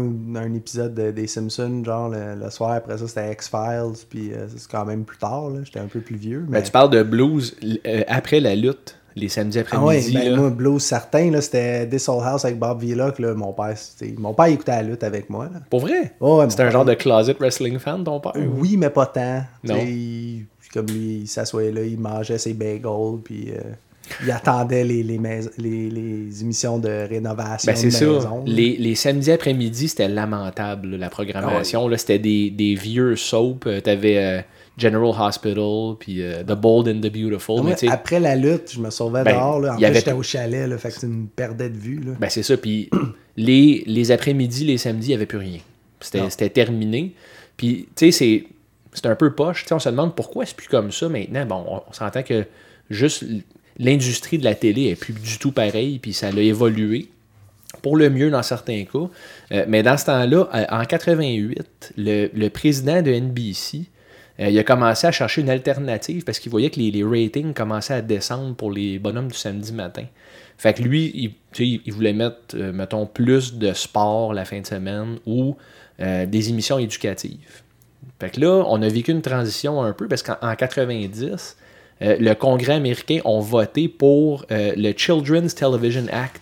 un épisode des Simpsons, genre le soir. Après ça, c'était X-Files. Puis c'est quand même plus tard, là. J'étais un peu plus vieux. Mais... Ben, tu parles de blues après la lutte. Les samedis après-midi. Ah ouais, ben moi, blues certain, là, c'était This Old House avec Bob Vila, que là, mon père écoutait la lutte avec moi. Là. Pour vrai? Oh, ouais, c'était un genre de closet wrestling fan, ton père? Oui, mais pas tant. Non. Comme lui, il s'assoyait là, il mangeait ses bagels, puis il attendait les émissions de rénovation ben, c'est de ça. maison. Les samedis après-midi, c'était lamentable, là, la programmation. Là, c'était des vieux soaps. T'avais... General Hospital, puis The Bold and the Beautiful. Mais mais après la lutte, je me sauvais dehors. Là. En plus, j'étais au chalet, là, fait que tu me perdais de vue. Là. Ben, c'est ça. Puis les après-midi, les samedis, il n'y avait plus rien. C'était terminé. Puis, tu sais, c'est un peu poche. T'sais, on se demande pourquoi c'est plus comme ça maintenant. Bon, on s'entend que juste l'industrie de la télé est plus du tout pareille, puis ça a évolué. Pour le mieux dans certains cas. Mais dans ce temps-là, en 88, le président de NBC... il a commencé à chercher une alternative parce qu'il voyait que les ratings commençaient à descendre pour les bonhommes du samedi matin. Fait que lui, il voulait mettre, mettons, plus de sport la fin de semaine ou des émissions éducatives. Fait que là, on a vécu une transition un peu parce qu'en 90, le Congrès américain a voté pour le Children's Television Act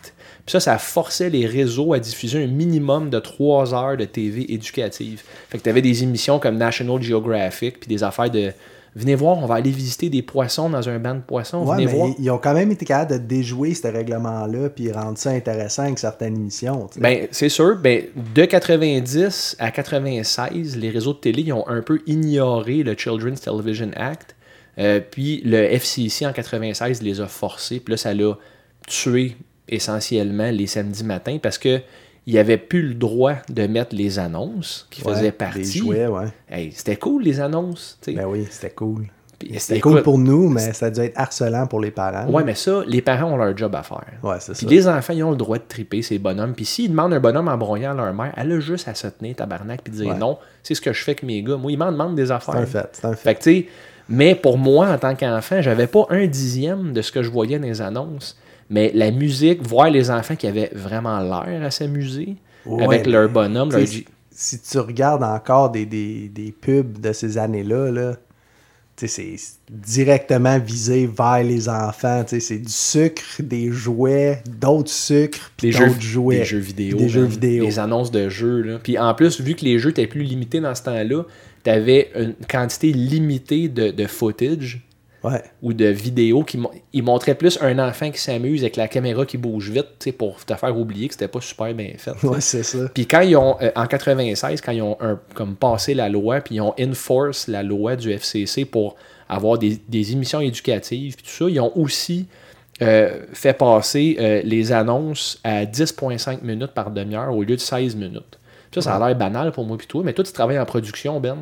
Puis ça forçait les réseaux à diffuser un minimum de 3 heures de TV éducative. Fait que tu avais des émissions comme National Geographic, puis des affaires de venez voir, on va aller visiter des poissons dans un banc de poissons. Ouais, venez mais voir. ils ont quand même été capables de déjouer ce règlement-là puis rendre ça intéressant avec certaines émissions. T'sais. Ben, c'est sûr. Ben, de 90 à 96, les réseaux de télé ils ont un peu ignoré le Children's Television Act. Puis le FCC en 96 les a forcés. Puis là, ça l'a tué essentiellement les samedis matins parce que il n'y avait plus le droit de mettre les annonces qui faisaient partie. Les jouets, ouais. Hey, c'était cool, les annonces. T'sais. Ben oui, c'était cool. Puis, C'était cool pour nous, mais ça a dû être harcelant pour les parents. Ouais, mais ça, les parents ont leur job à faire. Ouais, c'est Puis ça. les enfants, ils ont le droit de triper ces bonhommes. Puis s'ils demandent un bonhomme en broyant à leur mère, elle a juste à se tenir tabarnak puis dire non, c'est ce que je fais avec mes gars. Moi, ils m'en demandent des affaires. C'est un fait. Fait que tu sais, mais pour moi, en tant qu'enfant, j'avais pas 1/10 de ce que je voyais dans les annonces. Mais la musique, voir les enfants qui avaient vraiment l'air à s'amuser avec leur bonhomme, leur si tu regardes encore des pubs de ces années-là, là, c'est directement visé vers les enfants. C'est du sucre, des jouets, d'autres sucres, puis d'autres jouets. Des jeux vidéo. Des jeux vidéo. Des annonces de jeux. Là. Puis en plus, vu que les jeux étaient plus limités dans ce temps-là, tu avais une quantité limitée de footage. Ouais. Ou de vidéos ils montraient plus un enfant qui s'amuse avec la caméra qui bouge vite pour te faire oublier que c'était pas super bien fait. Ouais, c'est ça. Puis quand ils ont, en 96, quand ils ont comme passé la loi, puis ils ont enforce la loi du FCC pour avoir des émissions éducatives, puis tout ça, ils ont aussi fait passer les annonces à 10,5 minutes par demi-heure au lieu de 16 minutes. Puis ça a l'air banal pour moi puis toi, mais toi, tu travailles en production, Ben.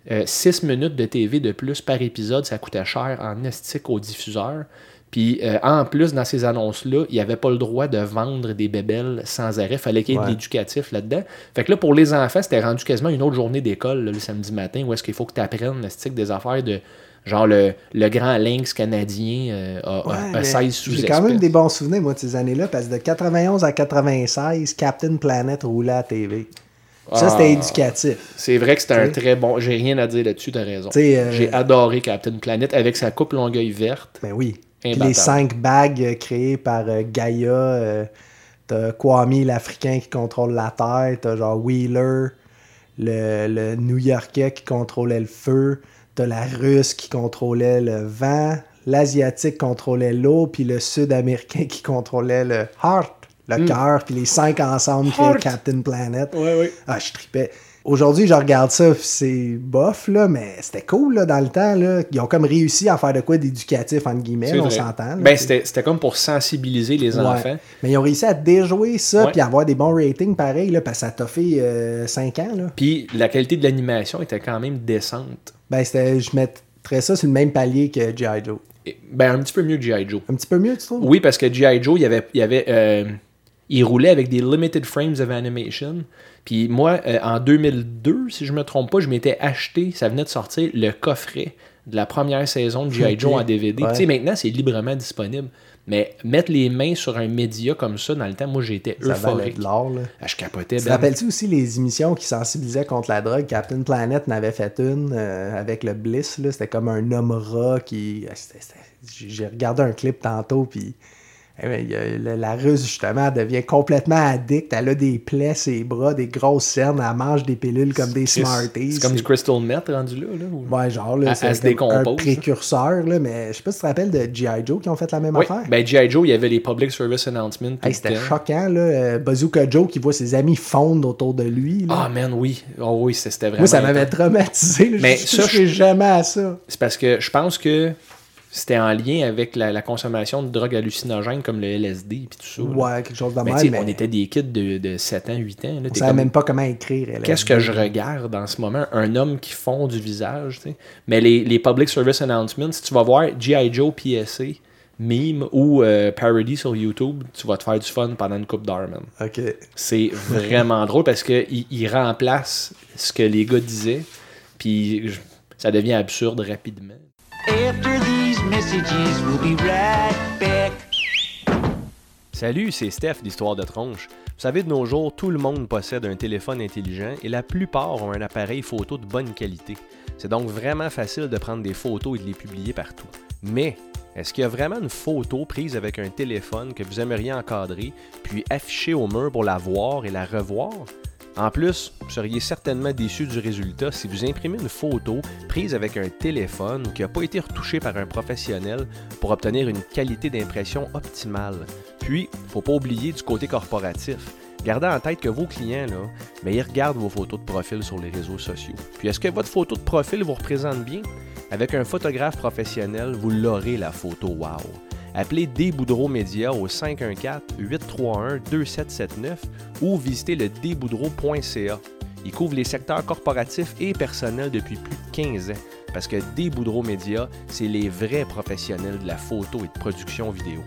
6 minutes de TV de plus par épisode, ça coûtait cher en estique aux diffuseurs. Puis en plus, dans ces annonces-là, il n'y avait pas le droit de vendre des bébelles sans arrêt. Il fallait qu'il y ait de l'éducatif là-dedans. Fait que là, pour les enfants, c'était rendu quasiment une autre journée d'école là, le samedi matin où est-ce qu'il faut que tu apprennes des affaires de genre le grand lynx canadien a 16 sous-espèces. J'ai quand même des bons souvenirs, moi, de ces années-là, parce que de 91 à 96, Captain Planet roulait à la TV. Ça, c'était éducatif. C'est vrai que c'était un très bon... J'ai rien à dire là-dessus, t'as raison. J'ai adoré Captain Planet avec sa coupe longueuil verte. Ben oui. Puis les 5 bagues créées par Gaïa. T'as Kwame, l'Africain, qui contrôle la Terre. T'as genre Wheeler, le New-Yorkais qui contrôlait le feu. T'as la Russe qui contrôlait le vent. L'Asiatique contrôlait l'eau. Puis le Sud-Américain qui contrôlait le heart. Le cœur, puis les 5 ensemble créent Captain Planet. Ouais. Ah, je tripais. Aujourd'hui, je regarde ça, c'est bof, là, mais c'était cool là, dans le temps. Là. Ils ont comme réussi à faire de quoi d'éducatif, entre guillemets, on s'entend. Là, ben, c'était comme pour sensibiliser les enfants. Mais ils ont réussi à déjouer ça, puis avoir des bons ratings pareil, là, parce que ça t'a fait 5 ans. Là. Puis la qualité de l'animation était quand même décente. Ben, je mettrais ça sur le même palier que G.I. Joe. Ben, un petit peu mieux que G.I. Joe. Un petit peu mieux, tu trouves? Oui, parce que G.I. Joe, il roulait avec des limited frames of animation. Puis moi, en 2002, si je me trompe pas, je m'étais acheté, ça venait de sortir, le coffret de la première saison de G.I. Joe en DVD. Tu sais, maintenant, c'est librement disponible. Mais mettre les mains sur un média comme ça, dans le temps, moi, j'étais euphorique. Ça valait de l'or, là. Je capotais. Tu rappelles-tu aussi les émissions qui sensibilisaient contre la drogue? Captain Planet n'avait fait une avec le Bliss, là. C'était comme un homme rat qui... J'ai regardé un clip tantôt, puis... La Russe, justement, elle devient complètement addict. Elle a des plaies, ses bras, des grosses cernes. Elle mange des pilules comme des Smarties. C'est comme du Crystal Meth rendu là. Ouais, genre, là, c'est un précurseur. Là, mais je sais pas si tu te rappelles de G.I. Joe qui ont fait la même affaire. Ben G.I. Joe, il y avait les Public Service Announcements. C'était choquant. Là. Bazooka Joe qui voit ses amis fondre autour de lui. Ah, man, oui. Oh, oui, c'était vraiment... Moi, ça m'avait traumatisé. Là. Mais je toucherai jamais à ça. C'est parce que je pense que c'était en lien avec la consommation de drogues hallucinogènes comme le LSD et tout ça. Ouais, quelque chose de même. Mais on était des kids de 7 ans, 8 ans. Là, on savait même pas comment écrire. Qu'est-ce que je regarde en ce moment? Un homme qui fond du visage. T'sais. Mais les Public Service Announcements, si tu vas voir G.I. Joe PSA, meme ou parody sur YouTube, tu vas te faire du fun pendant une coupe d'heure, man. OK. C'est vraiment drôle parce qu'il remplace ce que les gars disaient, puis ça devient absurde rapidement. After these messages, we'll be right back. Salut, c'est Steph d'Histoire de Tronche. Vous savez, de nos jours, tout le monde possède un téléphone intelligent et la plupart ont un appareil photo de bonne qualité. C'est donc vraiment facile de prendre des photos et de les publier partout. Mais, Est-ce qu'il y a vraiment une photo prise avec un téléphone que vous aimeriez encadrer, puis afficher au mur pour la voir et la revoir? En plus, vous seriez certainement déçu du résultat si vous imprimez une photo prise avec un téléphone qui n'a pas été retouché par un professionnel pour obtenir une qualité d'impression optimale. Puis, il ne faut pas oublier du côté corporatif. Gardez en tête que vos clients, là, mais ils regardent vos photos de profil sur les réseaux sociaux. Puis, est-ce que votre photo de profil vous représente bien? Avec un photographe professionnel, vous l'aurez la photo wow. Appelez Desboudreaux Média au 514-831-2779 ou visitez le desboudreaux.ca. Il couvre les secteurs corporatifs et personnels depuis plus de 15 ans parce que Desboudreaux Média, c'est les vrais professionnels de la photo et de production vidéo.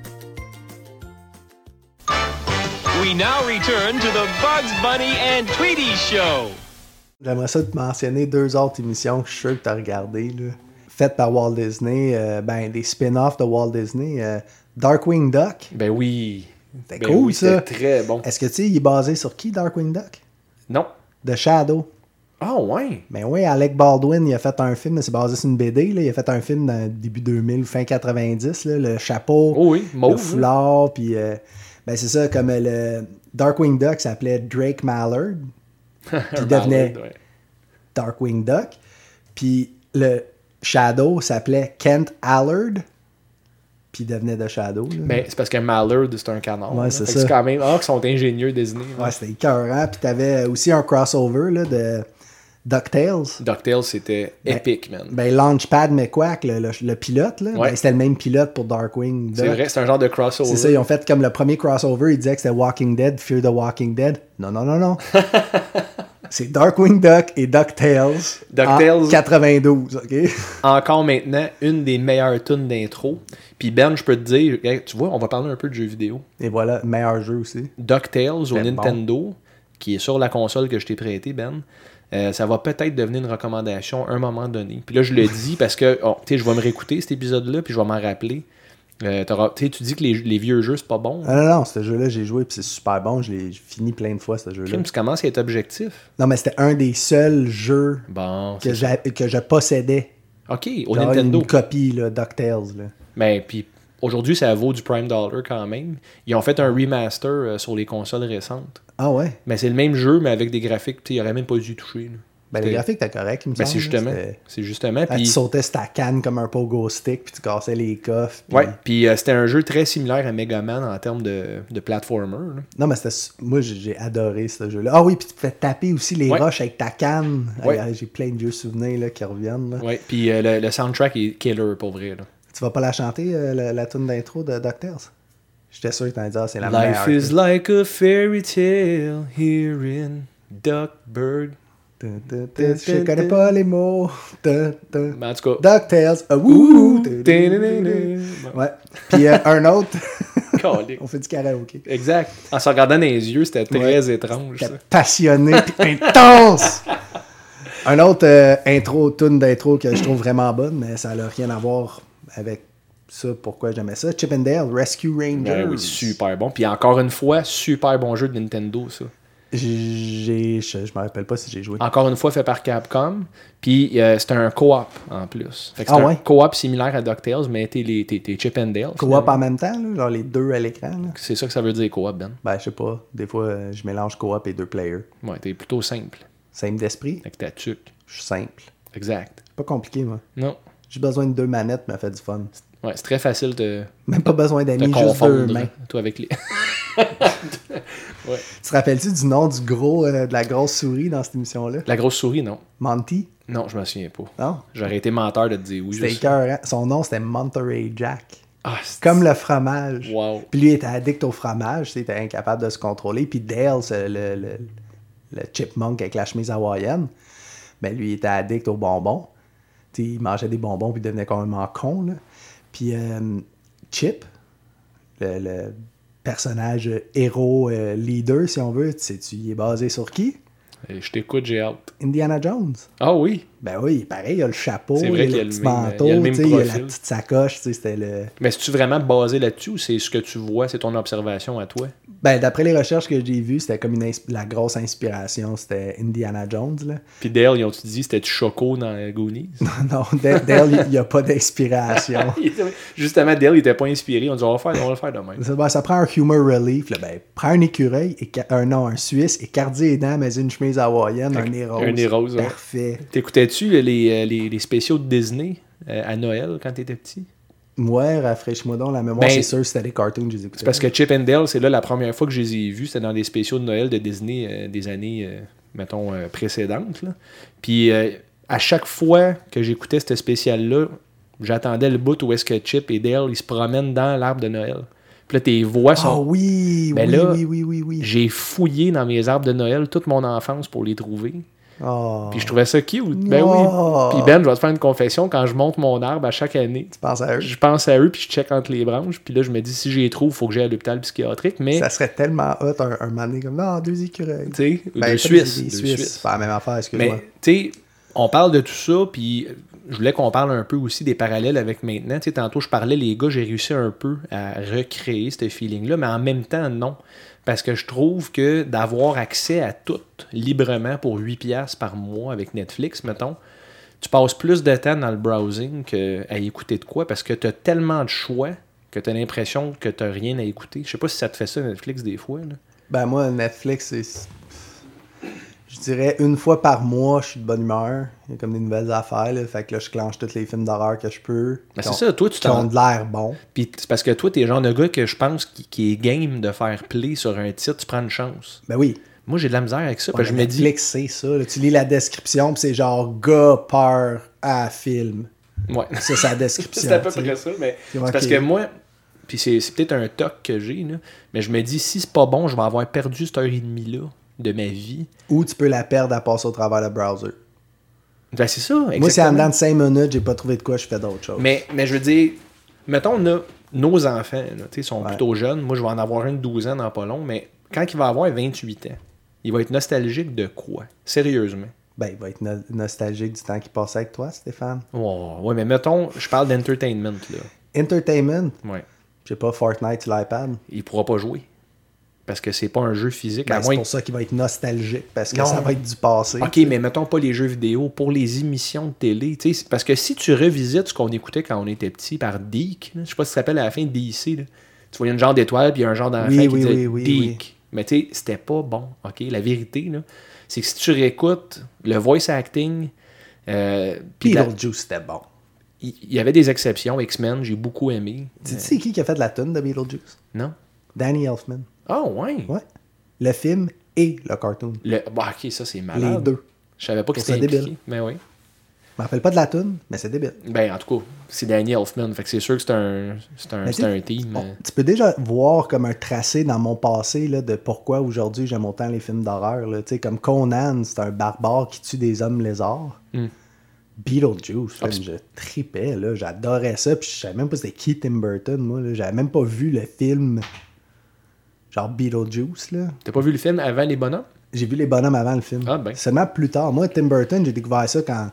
We now return to the Bugs Bunny and Tweety Show. J'aimerais ça te mentionner 2 autres émissions que je suis sûr que tu as regardées, là. Faites par Walt Disney, des spin-offs de Walt Disney. Darkwing Duck. Ben oui. C'était cool, ça. C'était très bon. Est-ce que tu sais, il est basé sur qui, Darkwing Duck? Non. The Shadow. Ah ouais. Ben oui, Alec Baldwin, il a fait un film, c'est basé sur une BD, là. Il a fait un film dans le début 2000, fin 90, là, le chapeau, Oh oui, mauve, le foulard, puis c'est ça, comme le Darkwing Duck s'appelait Drake Mallard, puis il devenait Mallard, ouais. Darkwing Duck, puis le Shadow s'appelait Kent Allard, puis il devenait The Shadow. Là. Ben, c'est parce que Mallard, c'est un canard. Ouais, là. c'est Fait que ça. c'est quand même... Ah, qu'ils sont ingénieux Disney. là. Ouais, c'était écœurant, puis t'avais aussi un crossover là, de DuckTales. DuckTales, c'était épique, man. Ben, Launchpad McQuack, le pilote, là, Ouais. ben, c'était le même pilote pour Darkwing Duck. C'est vrai, c'est un genre de crossover. C'est ça, ils ont fait comme le premier crossover, ils disaient que c'était Walking Dead, Fear the Walking Dead. Non. C'est Darkwing Duck et DuckTales. DuckTales. En 92, OK? Encore maintenant, une des meilleures tunes d'intro. Puis Ben, je peux te dire, hey, tu vois, on va parler un peu de jeux vidéo. Et voilà, meilleur jeu aussi. DuckTales au C'est Nintendo, qui est sur la console que je t'ai prêté, Ben. Ça va peut-être devenir une recommandation à un moment donné. Puis là, je le dis parce que je vais me réécouter cet épisode-là, puis je vais m'en rappeler. Tu dis que les vieux jeux, c'est pas bon. Ah non, ce jeu-là, j'ai joué, puis c'est super bon. J'ai fini plein de fois, ce jeu-là. Crime, tu commences à être objectif. Non, mais c'était un des seuls jeux Bon, que je possédais. OK, au Genre Nintendo. une copie, là, DuckTales. Là. Mais puis aujourd'hui, ça vaut du Prime Dollar quand même. Ils ont fait un remaster sur les consoles récentes. Ah ouais? Mais c'est le même jeu, mais avec des graphiques, il n'y aurait même pas dû toucher. Là. Ben, les graphiques, t'es correct, il me Ben, semble. c'est justement. C'était- C'est justement. Ah, tu Puis, sautais sur ta canne comme un pogo stick, puis tu cassais les coffres. Puis... ouais, puis c'était un jeu très similaire à Mega Man en termes de platformer. Là. Non, mais moi, j'ai adoré ce jeu-là. Ah oui, puis tu te fais taper aussi les Ouais. roches avec ta canne. Ouais. J'ai plein de vieux souvenirs là, qui reviennent. Là. Ouais, puis le soundtrack est killer pour vrai. Là. Tu vas pas la chanter, la tune d'intro de DuckTales? J'étais sûr que t'allais dire c'est la Life meilleure. is like a fairy tale here in Duckburg. Je connais pas les mots. Mais en tout cas, DuckTales. Wouhou! Ouais. Ouais. Puis un autre, Calique. on fait du karaoké. Exact. En se regardant dans les yeux, c'était très étrange. Ça. J'étais passionné puis intense. Un autre tune d'intro que je trouve vraiment bonne, mais ça n'a rien à voir avec ça, pourquoi j'aimais ça. Chip and Dale, Rescue Rangers. Ben oui, super bon. Puis encore une fois, super bon jeu de Nintendo, ça. Je me rappelle pas si j'ai joué. Encore une fois, fait par Capcom. Puis c'était un co-op en plus. Fait que c'est Ah un ouais? co-op similaire à DuckTales, mais t'es Chip and Dale. Co-op finalement. en même temps, là, genre les deux à l'écran. Là. C'est ça que ça veut dire co-op, Ben. Ben, je sais pas. Des fois, je mélange co-op et deux players. Ouais, t'es plutôt simple. Simple d'esprit. Avec ta tuque. Je suis simple. Exact. Pas compliqué, moi. Non. J'ai besoin de deux manettes, mais ça fait du fun. Ouais, c'est très facile de Même pas besoin te d'amis, juste deux confondre, mains. toi, avec les... Tu te rappelles-tu du nom du gros, de la grosse souris dans cette émission-là? La grosse souris, non. Monty? Non, je me souviens pas. Non? J'aurais été menteur de te dire oui. C'était juste- écœurant. Son nom, c'était Monterey Jack. Ah, c'est- Comme le fromage. Wow. Puis lui, il était addict au fromage. Il était incapable de se contrôler. Puis Dale, c'est le chipmunk avec la chemise hawaïenne, ben lui, il était addict aux bonbons. T'sais, il mangeait des bonbons puis il devenait complètement con. Là. Puis Chip, le personnage héros leader, si on veut, sais-tu, il est basé sur qui? Je t'écoute, j'ai hâte. Indiana Jones. Ah oui? Ben oui, pareil, il y a le chapeau, C'est il y vrai a qu'il y a le le petit même- manteau, il y a le même tu sais, il y a la profil. petite sacoche, tu sais, c'était le... Mais c'est-tu vraiment basé là-dessus ou c'est ce que tu vois, c'est ton observation à toi? Ben, d'après les recherches que j'ai vues, c'était comme la grosse inspiration, c'était Indiana Jones, là. Puis Dale, ils ont-tu dit c'était du Choco dans Goonies? Non, Dale, il n'y a pas d'inspiration. Justement, Dale, il était pas inspiré. On dit on va le faire de même. Ça prend un humor relief, là, ben, prends un écureuil, un Suisse, écardi les dents, mais une chemise hawaïenne, un nez rose. Un nez rose, ouais. Parfait. T'écoutais-tu les spéciaux de Disney à Noël quand t'étais petit? Ouais, rafraîchis-moi donc la mémoire, Ben, c'est sûr, c'était les cartoons que j'ai écoutés. C'est parce que Chip and Dale, c'est là la première fois que je les ai vus. C'était dans des spéciaux de Noël de Disney des années, mettons, précédentes. Là. Puis à chaque fois que j'écoutais ce spécial-là, j'attendais le bout où est-ce que Chip et Dale, ils se promènent dans l'arbre de Noël. Puis là, tes voix sont... Ah oui, Ben oui, là, oui. J'ai fouillé dans mes arbres de Noël toute mon enfance pour les trouver. Oh. Puis je trouvais ça cute. Ben Oh. oui. Puis Ben, je vais te faire une confession. Quand je monte mon arbre à chaque année, Tu penses à eux? je pense à eux puis je check entre les branches. Puis là, je me dis, si j'y trouve, il faut que j'aille à l'hôpital psychiatrique. Mais, Ça serait tellement hot un moment donné comme, non, 2 écureuils. tu sais, Ben, de pas Suisse. des de Suisses. Suisse. C'est pas la même affaire, excuse-moi. Mais, tu sais, on parle de tout ça, puis je voulais qu'on parle un peu aussi des parallèles avec maintenant. Tu sais, tantôt, je parlais, les gars, j'ai réussi un peu à recréer ce feeling-là, mais en même temps, non. Parce que je trouve que d'avoir accès à tout librement pour 8$ par mois avec Netflix, mettons, tu passes plus de temps dans le browsing qu'à écouter de quoi, parce que tu as tellement de choix que tu as l'impression que tu n'as rien à écouter. Je sais pas si ça te fait ça, Netflix, des fois. Là. Ben moi, Netflix, c'est... Je dirais une fois par mois, je suis de bonne humeur. Il y a comme des nouvelles affaires, là. Fait que là, je clenche tous les films d'horreur que je peux. Ben, qui c'est ont- ça, toi, tu qui ont t'en... de l'air bon. Puis c'est parce que toi, t'es le genre de gars que je pense qui est game de faire play sur un titre, tu prends une chance. Ben oui. Moi, j'ai de la misère avec ça, parce que je me dis... Netflix, c'est ça. Là. Tu lis la description, puis c'est genre gars peur à film. Ouais. Ça, c'est la description. C'est à peu tu sais. près ça, mais C'est c'est parce ok. que moi... Puis c'est peut-être un toc que j'ai, là, mais je me dis, si c'est pas bon, je vais avoir perdu cette heure et demie-là de ma vie. Ou tu peux la perdre à passer au travers le browser. Ben, c'est ça, exactement. Moi, si en dedans de 5 minutes, j'ai pas trouvé de quoi, je fais d'autres choses. Mais je veux dire, mettons, on a nos enfants, là, tu sais, sont Ouais. plutôt jeunes. Moi, je vais en avoir un de 12 ans dans pas long, mais quand il va avoir 28 ans, il va être nostalgique de quoi? Sérieusement. Ben, il va être nostalgique du temps qu'il passait avec toi, Stéphane. Oh, ouais, mais mettons, je parle d'entertainment, là. Entertainment, Ouais. je sais pas, Fortnite sur l'iPad. Il pourra pas jouer. Parce que c'est pas un jeu physique. Ben, à c'est moins pour ça qu'il va être nostalgique, parce que Non. ça va être du passé. OK, mais mettons pas les jeux vidéo, pour les émissions de télé. Tu sais, parce que si tu revisites ce qu'on écoutait quand on était petit par Deke, là, je sais pas si ça s'appelle à la fin DC, là, tu voyais une genre d'étoile puis un genre d'enfant Oui, qui oui, disait oui, Deke. oui. Mais tu sais, c'était pas bon. OK, la vérité, là, c'est que si tu réécoutes le voice acting, puis Beetlejuice, c'était bon. il y avait des exceptions. X-Men, j'ai beaucoup aimé. Tu sais qui a fait la tune de Beetlejuice? Non? Danny Elfman. Ah, ouais. Ouais. Le film et le cartoon. Bah, OK, ça, c'est malade. Les deux. Je savais pas que Je trouve c'était ça débile. impliqué. Mais oui. Je me rappelle pas de la tune, mais c'est débile. Ben, en tout cas, c'est Danny Elfman. Fait que c'est sûr que c'est un team. Tu peux déjà voir comme un tracé dans mon passé là, de pourquoi aujourd'hui j'aime autant les films d'horreur. Là. Tu sais, comme Conan, c'est un barbare qui tue des hommes lézards. Mm. Beetlejuice, là, je tripais, là, j'adorais ça. Puis je savais même pas c'était qui Tim Burton, moi. Là. J'avais même pas vu le film genre Beetlejuice. Là. T'as pas vu le film avant les bonhommes? J'ai vu les bonhommes avant le film. Ah, ben. Seulement plus tard. Moi, Tim Burton, j'ai découvert ça quand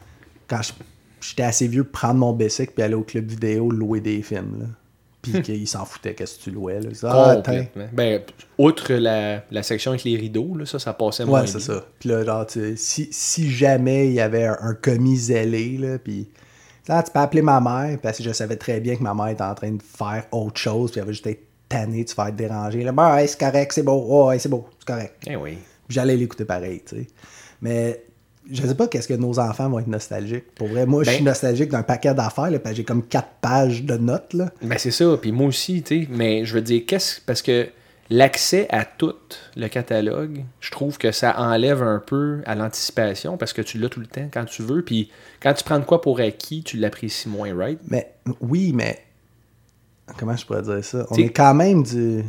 j'étais assez vieux pour prendre mon bicycle puis aller au club vidéo louer des films. Là. Puis qu'il s'en foutait qu'est-ce que tu louais. Là. Complètement. Ben, outre la section avec les rideaux, là, ça passait moins Ouais, c'est bien. ça. Puis là, genre, si jamais il y avait un commis zélé, là, puis là, tu peux appeler ma mère, parce que je savais très bien que ma mère était en train de faire autre chose, puis elle avait juste été tannée de se faire déranger. Là, ben, ouais, c'est correct, c'est beau. Oh, ouais, c'est beau, c'est correct. Eh oui. Puis j'allais l'écouter pareil, tu sais. Mais je sais pas qu'est-ce que nos enfants vont être nostalgiques. Pour vrai, moi, je suis nostalgique d'un paquet d'affaires, là, parce que j'ai comme 4 pages de notes, là. Ben, c'est ça. Puis moi aussi, tu sais. Mais je veux dire, parce que l'accès à tout le catalogue, je trouve que ça enlève un peu à l'anticipation parce que tu l'as tout le temps quand tu veux. Puis quand tu prends de quoi pour acquis, tu l'apprécies moins, right? Mais oui, mais comment je pourrais dire ça? On T'sais- est quand même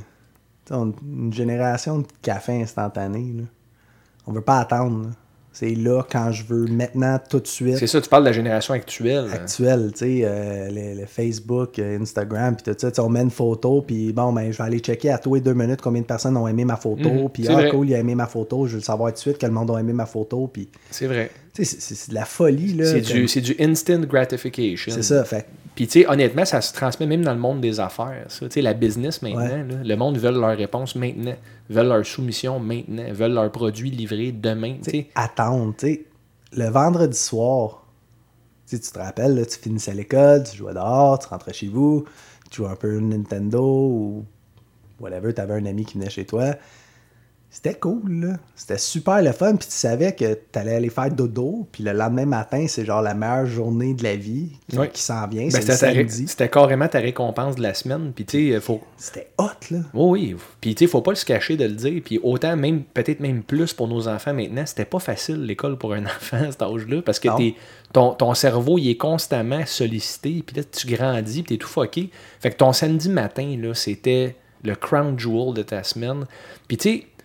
une génération de café instantané. Là. On veut pas attendre. Là. C'est là quand je veux, maintenant, tout de suite. C'est ça, tu parles de la génération actuelle. Actuel, tu sais, le Facebook, Instagram, puis tout ça, tu sais, on met une photo, puis bon, ben, je vais aller checker à tous les 2 minutes combien de personnes ont aimé ma photo, puis c'est vrai. cool, il a aimé ma photo, je veux savoir tout de suite quel monde a aimé ma photo, puis C'est vrai. Tu sais, c'est de la folie, là. C'est du instant gratification. C'est ça, fait. Puis, tu sais, honnêtement, ça se transmet même dans le monde des affaires, ça. Tu sais, la business maintenant, là, le monde veut leur réponse maintenant, veulent leur soumission maintenant, veulent leur produit livré demain, tu sais. Attendre, tu sais. Le vendredi soir, tu te rappelles, là, tu finissais l'école, tu jouais dehors, tu rentrais chez vous, tu jouais un peu Nintendo ou whatever, t'avais un ami qui venait chez toi. C'était cool, là. C'était super le fun, puis tu savais que t'allais aller faire dodo, puis le lendemain matin, c'est genre la meilleure journée de la vie qui s'en vient, c'est le samedi. C'était carrément ta récompense de la semaine, puis tu sais, faut... C'était hot, là. Oui, puis tu sais, faut pas se cacher de le dire, puis autant, même peut-être même plus pour nos enfants maintenant, c'était pas facile l'école pour un enfant à cet âge-là, parce que ton cerveau, il est constamment sollicité, puis là, tu grandis, puis t'es tout fucké. Fait que ton samedi matin, là, c'était le crown jewel de ta semaine. Puis tu sais,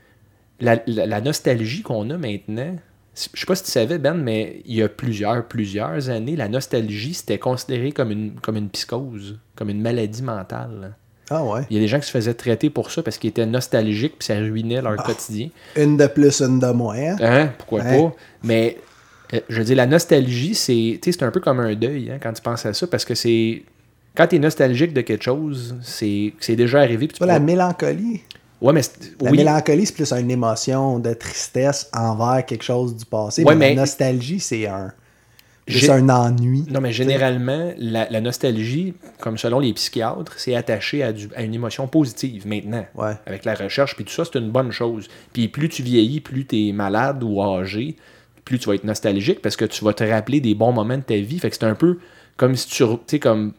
la nostalgie qu'on a maintenant, je sais pas si tu savais, Ben, mais il y a plusieurs années, la nostalgie, c'était considéré comme une psychose, comme une maladie mentale. Ah ouais? Il y a des gens qui se faisaient traiter pour ça parce qu'ils étaient nostalgiques puis ça ruinait leur quotidien. Une de plus, une de moins. Hein? Pourquoi pas? Mais, je veux dire, la nostalgie, c'est un peu comme un deuil, hein, quand tu penses à ça, parce que c'est... Quand tu es nostalgique de quelque chose, c'est déjà arrivé. Puis la mélancolie. Ouais, mais la mélancolie, c'est plus une émotion de tristesse envers quelque chose du passé. Ouais, mais la nostalgie, c'est un ennui. Non, mais généralement, la nostalgie, comme selon les psychiatres, c'est attaché à une émotion positive maintenant. Ouais. Avec la recherche, puis tout ça, c'est une bonne chose. Puis plus tu vieillis, plus tu es malade ou âgé, plus tu vas être nostalgique parce que tu vas te rappeler des bons moments de ta vie. Fait que c'est un peu comme si tu sais, comme...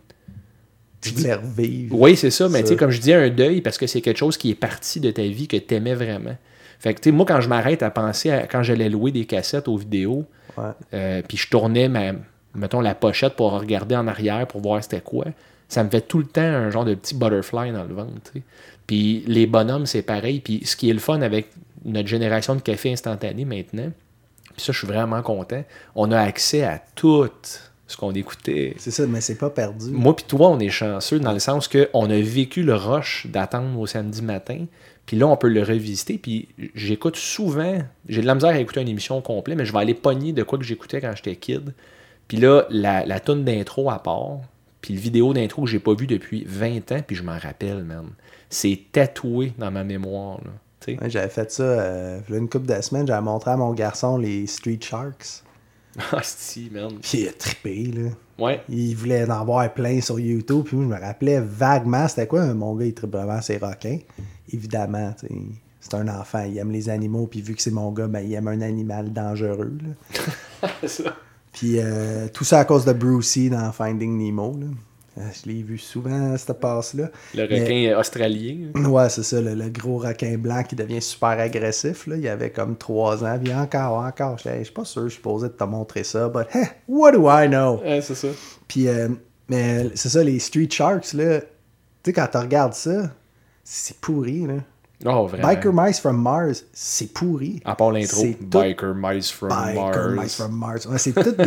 Tu voulais revivre. Oui, c'est ça, mais tu sais, comme je disais, un deuil, parce que c'est quelque chose qui est parti de ta vie, que tu aimais vraiment. Fait que, tu sais, moi, quand je m'arrête à penser à quand j'allais louer des cassettes aux vidéos, puis je tournais, mettons, la pochette pour regarder en arrière pour voir c'était quoi, ça me fait tout le temps un genre de petit butterfly dans le ventre, tu sais. Puis les bonhommes, c'est pareil. Puis ce qui est le fun avec notre génération de café instantané maintenant, puis ça, je suis vraiment content, on a accès à tout ce qu'on écoutait. C'est ça, mais c'est pas perdu. Moi puis toi, on est chanceux dans le sens qu'on a vécu le rush d'attendre au samedi matin, puis là, on peut le revisiter, puis j'écoute souvent, j'ai de la misère à écouter une émission complète, mais je vais aller pogner de quoi que j'écoutais quand j'étais kid. Puis là, la toune d'intro à part, puis le vidéo d'intro que j'ai pas vu depuis 20 ans, puis je m'en rappelle, man. C'est tatoué dans ma mémoire, là. Ouais, j'avais fait ça une couple de semaines, j'avais montré à mon garçon les Street Sharks. Ah, si, man. Puis il a trippé, là. Ouais. Il voulait en voir plein sur YouTube, puis moi, je me rappelais vaguement, c'était quoi, mon gars, il trippe vraiment ses requins. Évidemment, tu sais, c'est un enfant, il aime les animaux, puis vu que c'est mon gars, ben, il aime un animal dangereux, là. Ça. Puis tout ça à cause de Brucey dans Finding Nemo, là. Je l'ai vu souvent, cette passe-là. Le requin australien. Ouais, c'est ça, le gros requin blanc qui devient super agressif. Là. Il avait comme 3 ans. Puis encore. Je suis pas sûr, je suis posé de te montrer ça. But, what do I know? Ouais, c'est ça. Puis, mais c'est ça, les Street Sharks, là. Tu sais, quand tu regardes ça, c'est pourri, là. Oh, vraiment. Biker Mice from Mars, c'est pourri. À part l'intro, C'est Biker Mice from Mars. Ouais, c'est toutes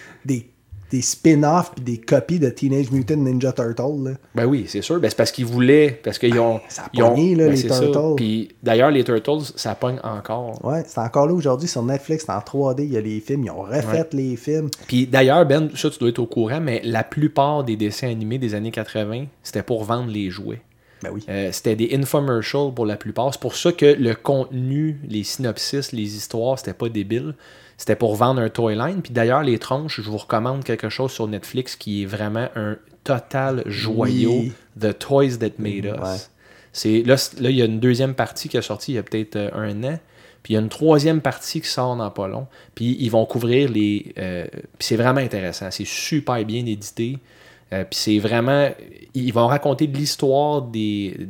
des spin-offs puis des copies de Teenage Mutant Ninja Turtles. Là. Ben oui, c'est sûr. Ben c'est parce qu'ils voulaient. Parce qu'ils ont. Ça a pogné, là, les Turtles. Puis d'ailleurs, les Turtles, ça pogne encore. Ouais, c'est encore là aujourd'hui sur Netflix, c'est en 3D, il y a les films, ils ont refait les films. Puis d'ailleurs, Ben, ça tu dois être au courant, mais la plupart des dessins animés des années 80, c'était pour vendre les jouets. Ben oui. C'était des infomercials pour la plupart. C'est pour ça que le contenu, les synopsis, les histoires, c'était pas débile. C'était pour vendre un toy line. Puis d'ailleurs, les tronches, je vous recommande quelque chose sur Netflix qui est vraiment un total joyau. Oui. The Toys That Made Us. Ouais. C'est, là, il y a une deuxième partie qui est sortie il y a peut-être 1 an. Puis il y a une troisième partie qui sort dans pas long. Puis ils vont couvrir les... puis c'est vraiment intéressant. C'est super bien édité. Puis c'est vraiment... Ils vont raconter de l'histoire des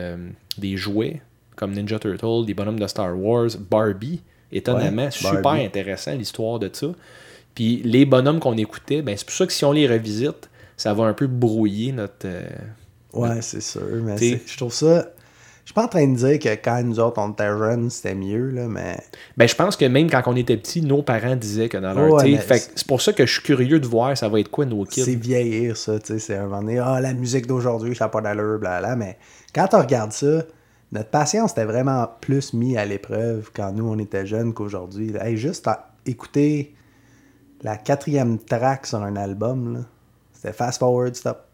jouets, comme Ninja Turtle, des bonhommes de Star Wars, Barbie. Étonnamment, super Barbie. intéressant l'histoire de ça. Puis les bonhommes qu'on écoutait, ben c'est pour ça que si on les revisite, ça va un peu brouiller notre... Ouais, c'est sûr. Mais je trouve ça... Je suis pas en train de dire que quand nous autres, on était jeunes, c'était mieux, là, mais... Ben, je pense que même quand on était petits, nos parents disaient que dans leur... c'est pour ça que je suis curieux de voir ça va être quoi nos kids. C'est vieillir, ça, tu sais. C'est un moment donné, la musique d'aujourd'hui, ça n'a pas d'allure, blablabla. Mais quand on regarde ça, notre patience était vraiment plus mise à l'épreuve quand nous, on était jeunes qu'aujourd'hui. Hey, juste écouter la 4e track sur un album, là, c'était fast forward, stop,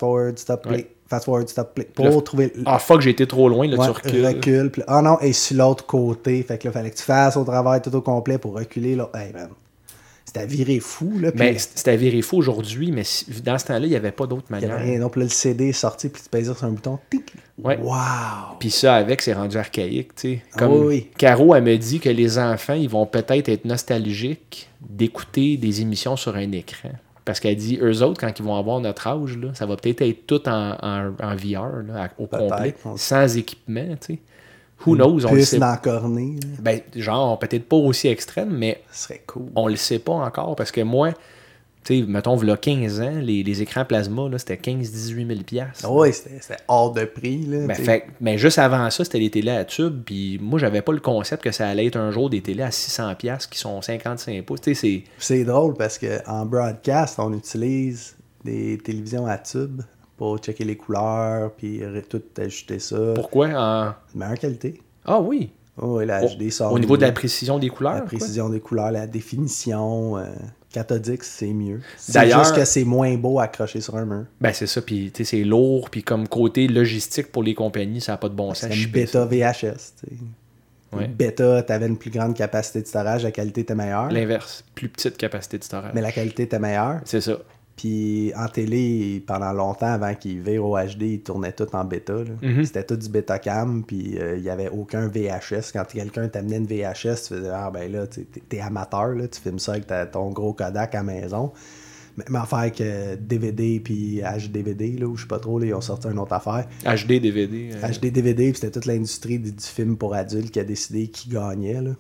play, Ouais. fast forward, stop, play. Là, Pour trouver. Ah, fuck, j'ai été trop loin, là, Ouais, tu recules. recule. Puis, ah non, et sur l'autre côté. Fait que là, fallait que tu fasses au travail tout au complet pour reculer. Là. Hey, man. C'était à virer fou. Là, puis Ben, c'était à virer fou aujourd'hui, mais dans ce temps-là, il n'y avait pas d'autre il n'y manière. avait rien. Donc là, le CD est sorti, puis tu pèses sur un bouton. Tic. Ouais. Wow! Puis ça, avec, c'est rendu archaïque, tu sais. Ah Comme oui. Caro, elle me dit que les enfants, ils vont peut-être être nostalgiques d'écouter des émissions sur un écran. Parce qu'elle dit, eux autres, quand ils vont avoir notre âge, là, ça va peut-être être tout en VR, là, au Peut-être, complet, on- sans équipement, tu sais. Who knows? On le Plus sait. dans le cornet. Là. Ben, genre, peut-être pas aussi extrême, mais Ce serait cool. on le sait pas encore. Parce que moi, tu sais, mettons, il y a 15 ans, les écrans plasma, là, c'était 15-18 000 piastres. Ah oui, c'était hors de prix. Là, Ben, tu sais. mais juste avant ça, c'était les télés à tube. Puis moi, j'avais pas le concept que ça allait être un jour des télés à 600$ qui sont 55 pouces. Tu sais, C'est drôle parce qu'en broadcast, on utilise des télévisions à tube pour checker les couleurs, puis tout ajuster ça. pourquoi en... Meilleure qualité. Ah oui! Oh, oui, la HD sort Au niveau de la mieux. précision des couleurs. La quoi. précision des couleurs, la définition. Cathodique, c'est mieux. C'est D'ailleurs- juste que c'est moins beau à accrocher sur un mur. Ben c'est ça, puis tu sais, c'est lourd, puis comme côté logistique pour les compagnies, ça n'a pas de bon sens. C'est une shipper bêta ça. VHS. Tu sais. Ouais. Une bêta, t'avais une plus grande capacité de storage, la qualité était meilleure. L'inverse, plus petite capacité de storage. Mais la qualité était meilleure. C'est ça. Puis en télé, pendant longtemps, avant qu'ils virent au HD, ils tournaient tout en bêta. Là. Mhm. C'était tout du Betacam, puis il n'y avait aucun VHS. Quand quelqu'un t'amenait une VHS, tu faisais « Ah ben là, t'es amateur, là, tu filmes ça avec ton gros Kodak à la maison. » Même affaire que DVD puis HDVD, là, ou je sais pas trop, là, ils ont sorti une autre affaire. HD, DVD. HD-DVD, puis c'était toute l'industrie du film pour adultes qui a décidé qui gagnait. Là.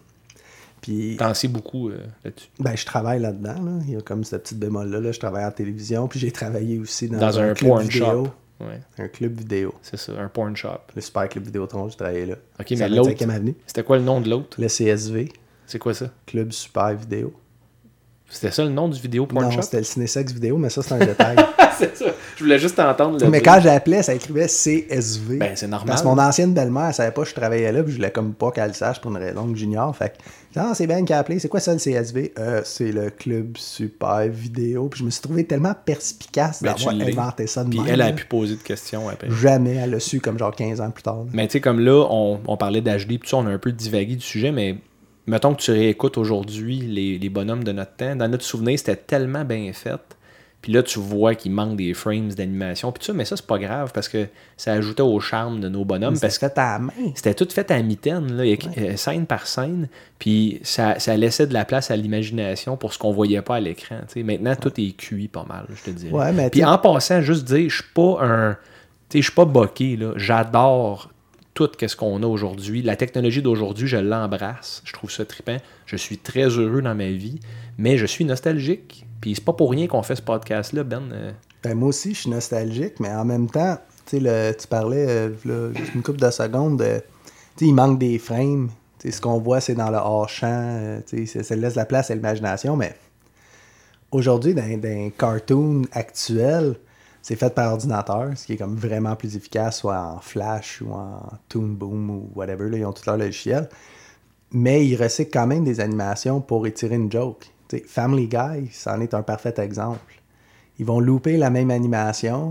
Puis T'en sais beaucoup là-dessus. ben, je travaille là-dedans. Là. Il y a comme cette petite bémol-là. Là. Je travaille en télévision, puis j'ai travaillé aussi dans un club porn vidéo. shop. Ouais, Un club vidéo. c'est ça, un porn shop. Le Super Club Vidéotron, j'ai travaillé là. Ok, C'est mais à l'autre, 25e avenue. c'était quoi le nom de l'autre? Le CSV, C'est quoi ça? Club Super Vidéo. C'était ça le nom du vidéo porn Non, shop? c'était le Cinésex Vidéo, mais ça, c'est un détail. C'est ça. Je voulais juste entendre le Mais dire. quand j'appelais, ça écrivait CSV. Ben, c'est normal. Parce que mon ancienne belle-mère, elle savait pas que je travaillais là, puis je voulais comme pas qu'elle le sache pour une raison que j'ignore. Fait que, non, c'est Ben qui a appelé. C'est quoi ça, le CSV? C'est le Club Super Vidéo. Puis je me suis trouvé tellement perspicace Ben, d'avoir tu l'es. inventé ça de Puis même, elle a là. pu poser de questions après. Jamais elle l'a su comme genre 15 ans plus tard. là. Mais tu sais, comme là, on parlait d'HD, puis tout ça, on a un peu divagué du sujet, mais mettons que tu réécoutes aujourd'hui les bonhommes de notre temps. Dans notre souvenir, c'était tellement bien fait. Puis là, tu vois qu'il manque des frames d'animation. Puis tout ça, mais ça, c'est pas grave parce que ça ajoutait au charme de nos bonhommes. C'était Parce que fait à la main. c'était tout fait à mitaine, là, scène par scène. Puis ça laissait de la place à l'imagination pour ce qu'on voyait pas à l'écran. tu sais. Maintenant, tout est cuit pas mal, je te dirais. Ouais, mais Puis tu sais- en passant, juste dire, je suis pas un. Tu sais, je suis pas boqué, là. J'adore tout ce qu'on a aujourd'hui. La technologie d'aujourd'hui, je l'embrasse. Je trouve ça trippant. Je suis très heureux dans ma vie, mais je suis nostalgique. Puis c'est pas pour rien qu'on fait ce podcast-là, Ben. Ben, moi aussi, je suis nostalgique, mais en même temps, tu sais, tu parlais, là, juste une couple de secondes, tu sais, il manque des frames. Tu sais, ce qu'on voit, c'est dans le hors-champ. Tu sais, ça laisse la place à l'imagination, mais aujourd'hui, dans un cartoon actuel, c'est fait par ordinateur, ce qui est comme vraiment plus efficace, soit en Flash ou en Toon Boom ou whatever. Là, ils ont tout leur logiciel. Mais ils recyclent quand même des animations pour étirer une joke. Tu sais, Family Guy, c'en est un parfait exemple. Ils vont louper la même animation,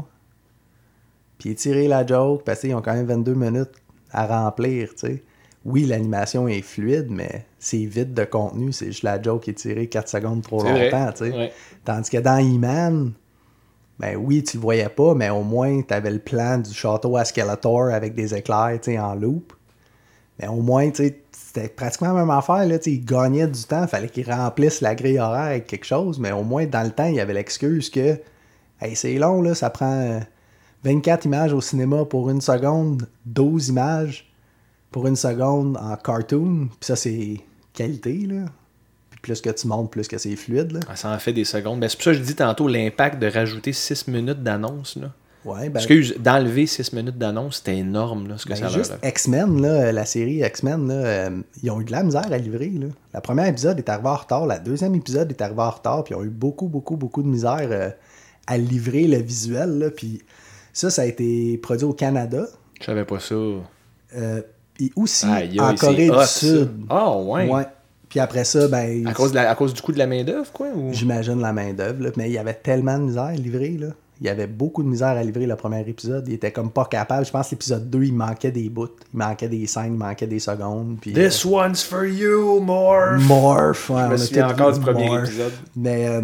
puis étirer la joke, parce qu'ils ont quand même 22 minutes à remplir, tu sais. Oui, l'animation est fluide, mais c'est vide de contenu. C'est juste la joke étirée 4 secondes trop C'est vrai. longtemps, tu sais. Ouais. Tandis que dans E-Man, ben oui, tu le voyais pas, mais au moins, tu avais le plan du château à Skeletor avec des éclairs, tu sais, en loop. Mais au moins, tu sais, c'était pratiquement la même affaire, là, tu sais, il gagnait du temps, il fallait qu'il remplisse la grille horaire avec quelque chose, mais au moins, dans le temps, il y avait l'excuse que, hey, c'est long, là, ça prend 24 images au cinéma pour 1 seconde, 12 images pour 1 seconde en cartoon, puis ça, c'est qualité, là. Puis plus que tu montes, plus que c'est fluide, là. Ça en fait des secondes. Ben, c'est pour ça que je dis tantôt l'impact de rajouter 6 minutes d'annonce. Là. Ouais, ben, Excuse, d'enlever 6 minutes d'annonce, c'était énorme là, ce que ben, ça juste leur X-Men, là, la série X-Men, là, ils ont eu de la misère à livrer. Là. La première épisode est arrivée en retard, la deuxième épisode est arrivée en retard, puis ils ont eu beaucoup de misère à livrer le visuel. Là, puis ça a été produit au Canada. Je savais pas ça. Et aussi Aïe, en aïe, Corée c'est hot, du ça. Sud. Ah, ouais. Ouais. Puis après ça, ben... À cause du coût de la main-d'œuvre, quoi? Ou... J'imagine la main-d'œuvre, là. Mais il y avait tellement de misère à livrer, là. Il y avait beaucoup de misère à livrer le premier épisode. Il était comme pas capable. Je pense que l'épisode 2, il manquait des bouts. Il manquait des scènes, il manquait des secondes. Puis, This one's for you, Morph! Morph, ouais. Je me souviens encore du premier épisode. Mais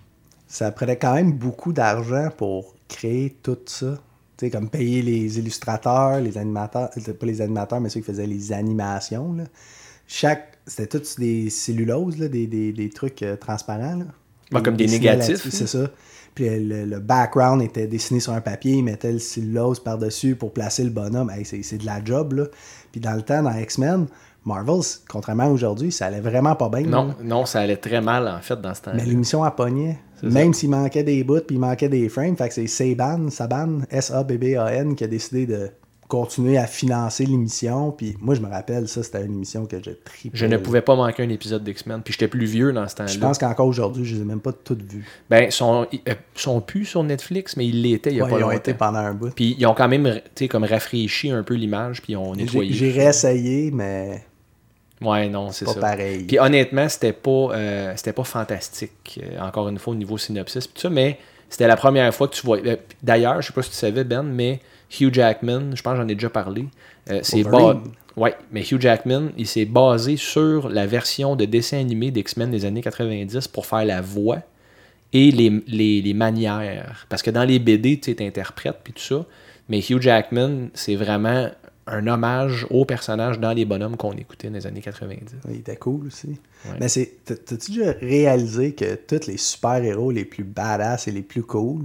ça prenait quand même beaucoup d'argent pour créer tout ça. Tu sais, comme payer les illustrateurs, les animateurs, pas les animateurs, mais ceux qui faisaient les animations, là. C'était tous des celluloses, là, des trucs transparents. Là. Comme des négatifs. C'est ça. Puis le background était dessiné sur un papier, ils mettaient le cellulose par-dessus pour placer le bonhomme. Hey, c'est de la job, là. Puis dans le temps, dans X-Men, Marvel, contrairement à aujourd'hui, ça allait vraiment pas bien. Non, ça allait très mal, en fait, dans ce temps-là. Mais l'émission, elle pognait. Même s'il manquait des bouts puis il manquait des frames. Fait que c'est Saban, S-A-B-B-A-N, qui a décidé de continuer à financer l'émission. Puis moi, je me rappelle, ça, c'était une émission que j'ai trippé. Je ne pouvais pas manquer un épisode d'X-Men. Puis j'étais plus vieux dans ce temps-là. Je pense qu'encore aujourd'hui, je les ai même pas toutes vues. Ben, ils sont plus sur Netflix, mais ils l'étaient il y a pas longtemps. Ils ont été pendant un bout. Puis ils ont quand même, tu sais, comme rafraîchi un peu l'image, puis ils ont nettoyé. J'ai réessayé, mais... Ouais, non, c'est pas ça. Pareil. Puis honnêtement, c'était pas fantastique, encore une fois, au niveau synopsis, puis tout ça, mais c'était la première fois que tu vois... D'ailleurs, je sais pas si tu savais, Ben, mais Hugh Jackman, je pense que j'en ai déjà parlé, ouais, mais Hugh Jackman, il s'est basé sur la version de dessin animé d'X-Men des années 90 pour faire la voix et les manières. Parce que dans les BD, tu sais, t'interprètes puis tout ça, mais Hugh Jackman, c'est vraiment un hommage au personnage dans les bonhommes qu'on écoutait dans les années 90. Il était cool aussi. Ouais. Mais t'as-tu déjà réalisé que tous les super-héros les plus badass et les plus cool,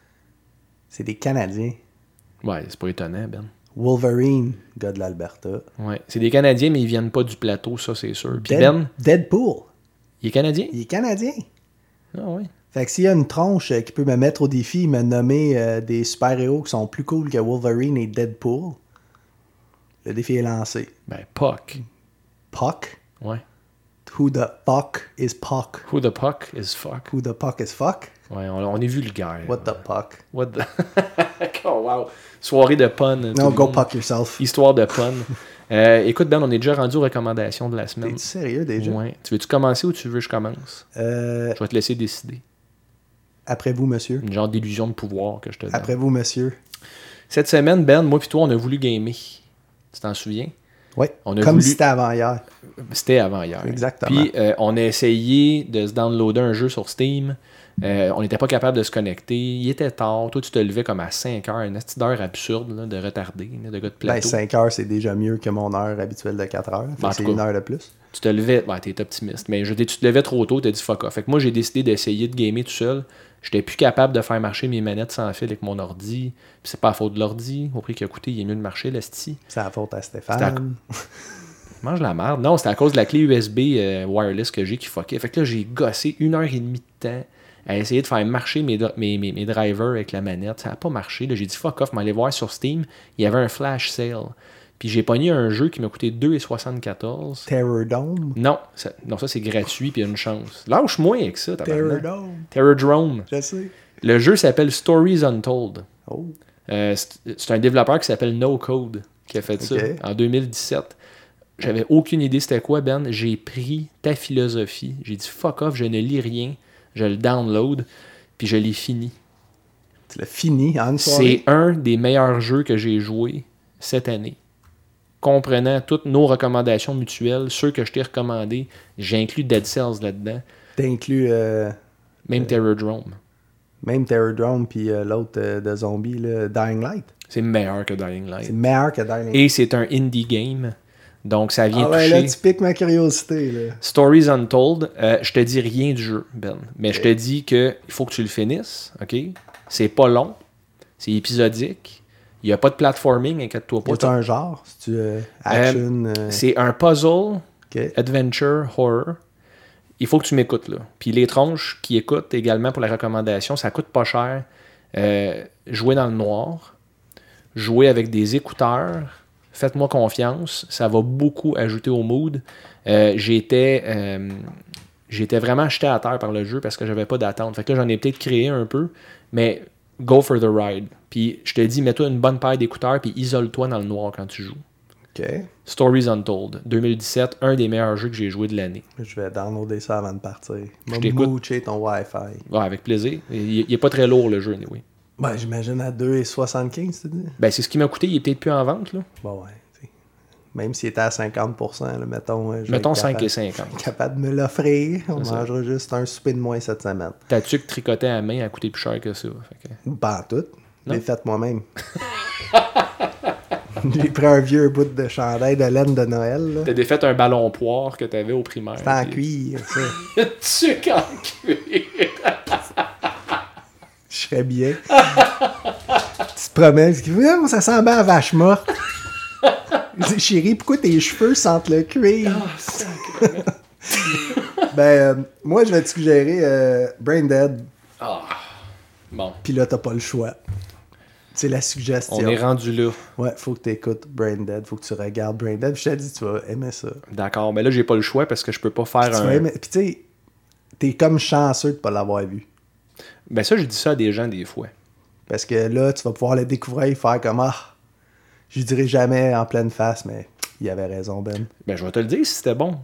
c'est des Canadiens? Ouais, c'est pas étonnant, Ben. Wolverine, gars de l'Alberta. Ouais, c'est des Canadiens, mais ils viennent pas du plateau, ça, c'est sûr. Puis Ben, Deadpool. il est Canadien? Il est Canadien. Ah ouais. Fait que s'il y a une tronche qui peut me mettre au défi, me nommer des super-héros qui sont plus cool que Wolverine et Deadpool, le défi est lancé. Ben, Puck. Puck? Ouais. Who the fuck is Puck? Who the Puck is fuck. Who the fuck is fuck? Ouais, on est vulgaire. What the puck? What the... Oh, wow. Soirée de pun. No, go puck yourself. Histoire de pun. Écoute, Ben, on est déjà rendu aux recommandations de la semaine. T'es-tu sérieux déjà? Ouais. Tu veux-tu commencer ou tu veux que je commence? Je vais te laisser décider. Après vous, monsieur. Une genre d'illusion de pouvoir que je te donne. Après vous, monsieur. Cette semaine, Ben, moi et toi, on a voulu gamer. Tu t'en souviens? Oui, Comme si c'était avant hier. C'était avant hier. Exactement. Puis, on a essayé de se downloader un jeu sur Steam. On n'était pas capable de se connecter. Il était tard. Toi, tu te levais comme à 5 heures. Une petite heure absurde là, de retardé, là, de gars de plateau. 5 heures, c'est déjà mieux que mon heure habituelle de 4 heures. Fait que c'est une heure de plus. Tu te levais... Ben, t'es optimiste. Mais tu te levais trop tôt, t'as dit fuck off. Fait que moi, j'ai décidé d'essayer de gamer tout seul. J'étais plus capable de faire marcher mes manettes sans fil avec mon ordi. Puis c'est pas la faute de l'ordi. Au prix qu'il a coûté, il est mieux de marcher, l'esti. C'est la faute à Stéphane. Mange la merde. Non, c'était à cause de la clé USB wireless que j'ai qui fuckait. Fait que là, j'ai gossé 1h30 de temps à essayer de faire marcher mes drivers avec la manette. Ça n'a pas marché. Là, j'ai dit fuck off, m'aller voir sur Steam. Il y avait un flash sale. Puis j'ai pogné un jeu qui m'a coûté 2,74. Terror Dome? Non, ça c'est gratuit puis il y a une chance. Lâche-moi avec ça, Terror Dome. Terror Drone. Je sais. Le jeu s'appelle Stories Untold. Oh. C'est un développeur qui s'appelle No Code qui a fait ça en 2017. J'avais aucune idée c'était quoi, Ben. J'ai pris ta philosophie. J'ai dit fuck off, je ne lis rien. Je le download, puis je l'ai fini. Tu l'as fini en une soirée? C'est un des meilleurs jeux que j'ai joué cette année. Comprenant toutes nos recommandations mutuelles, ceux que je t'ai recommandés, j'ai inclus Dead Cells là-dedans. T'as inclus... Même Terror Drone. Même Terror Drone, puis l'autre de zombie, là, Dying Light. C'est meilleur que Dying Light. C'est meilleur que Dying Light. Et c'est un indie game. Donc, ça vient toucher... là, tu piques ma curiosité, là. Stories Untold, je te dis rien du jeu, Ben. Mais je te dis qu'il faut que tu le finisses, OK? C'est pas long. C'est épisodique. Il n'y a pas de platforming, inquiète-toi pas. C'est un genre? C'est-tu action? C'est un puzzle, adventure, horror. Il faut que tu m'écoutes, là. Puis les tronches qui écoutent également pour la recommandation, ça coûte pas cher. Jouer dans le noir, jouer avec des écouteurs... Faites-moi confiance, ça va beaucoup ajouter au mood. J'étais vraiment jeté à terre par le jeu parce que j'avais pas d'attente. Fait que là, j'en ai peut-être créé un peu, mais go for the ride. Puis je te dis, mets-toi une bonne paire d'écouteurs puis isole-toi dans le noir quand tu joues. OK. Stories Untold, 2017, un des meilleurs jeux que j'ai joué de l'année. Je vais downloader ça avant de partir. Je t'écoute. Moocher ton Wi-Fi. Ouais, avec plaisir. Il est pas très lourd, le jeu, anyway. Ben, j'imagine à 2,75, tu dis? Ben, c'est ce qui m'a coûté. Il est peut-être plus en vente, là. Bon, ouais. T'sais. Même s'il était à 50%, là, mettons... Mettons 5,50. Capable de me l'offrir. On C'est ça. mangera juste un souper de moins cette semaine. Ta tuque tricotée à main a coûté plus cher que ça. Fait que... Pas en tout. Je l'ai Non? fait moi-même. J'ai pris un vieux bout de chandail de laine de Noël. Là. T'as défait un ballon poire que t'avais au primaire. C'était en puis- cuir, ça. Tuque en cuir. Je serais bien. Tu te promets, tu dis, oh, ça sent bien à vache morte. Je dis, chérie, pourquoi tes cheveux sentent le cuir? Moi, je vais te suggérer Brain Dead. Bon, Puis là, t'as pas le choix. C'est la suggestion. on est rendu là. Ouais, faut que tu écoutes Brain Dead. Faut que tu regardes Brain Dead. Puis je t'ai dit, tu vas aimer ça. D'accord, mais là, j'ai pas le choix parce que je peux pas faire Tu vas un... aimer. Puis tu sais, t'es comme chanceux de pas l'avoir vu. Ben ça, je dis ça à des gens des fois. Parce que là, tu vas pouvoir le découvrir et faire comme je dirais jamais en pleine face, mais il avait raison, Ben. Ben je vais te le dire si c'était bon.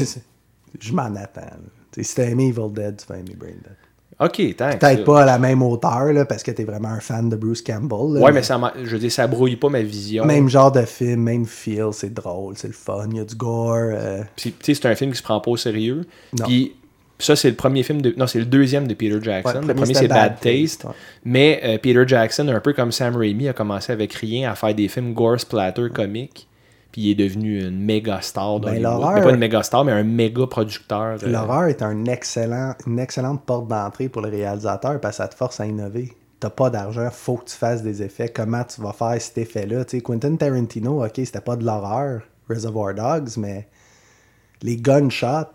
Je m'en attends. Là. Si t'as aimé Evil Dead, tu vas aimer Brain Dead. Ok, tant Peut-être pas à la même hauteur, là, parce que t'es vraiment un fan de Bruce Campbell. Là, Ouais, mais je veux dire, ça brouille pas ma vision. Même genre de film, même feel, c'est drôle, c'est le fun, il y a du gore. Puis, tu sais, c'est un film qui se prend pas au sérieux. Non. Puis ça, c'est le premier film de... Non, c'est le deuxième de Peter Jackson. Ouais, le premier, c'est c'était Bad Taste. ouais. Mais Peter Jackson, un peu comme Sam Raimi, a commencé avec rien à faire des films gore splatter comiques. Puis il est devenu une méga star Ben, d'Hollywood. l'horreur- Mais pas une méga star, mais un méga producteur. L'horreur est une excellente porte d'entrée pour le réalisateur parce que ça te force à innover. T'as pas d'argent, faut que tu fasses des effets. Comment tu vas faire cet effet-là? Tu sais, Quentin Tarantino, ok, c'était pas de l'horreur, Reservoir Dogs, mais les gunshots,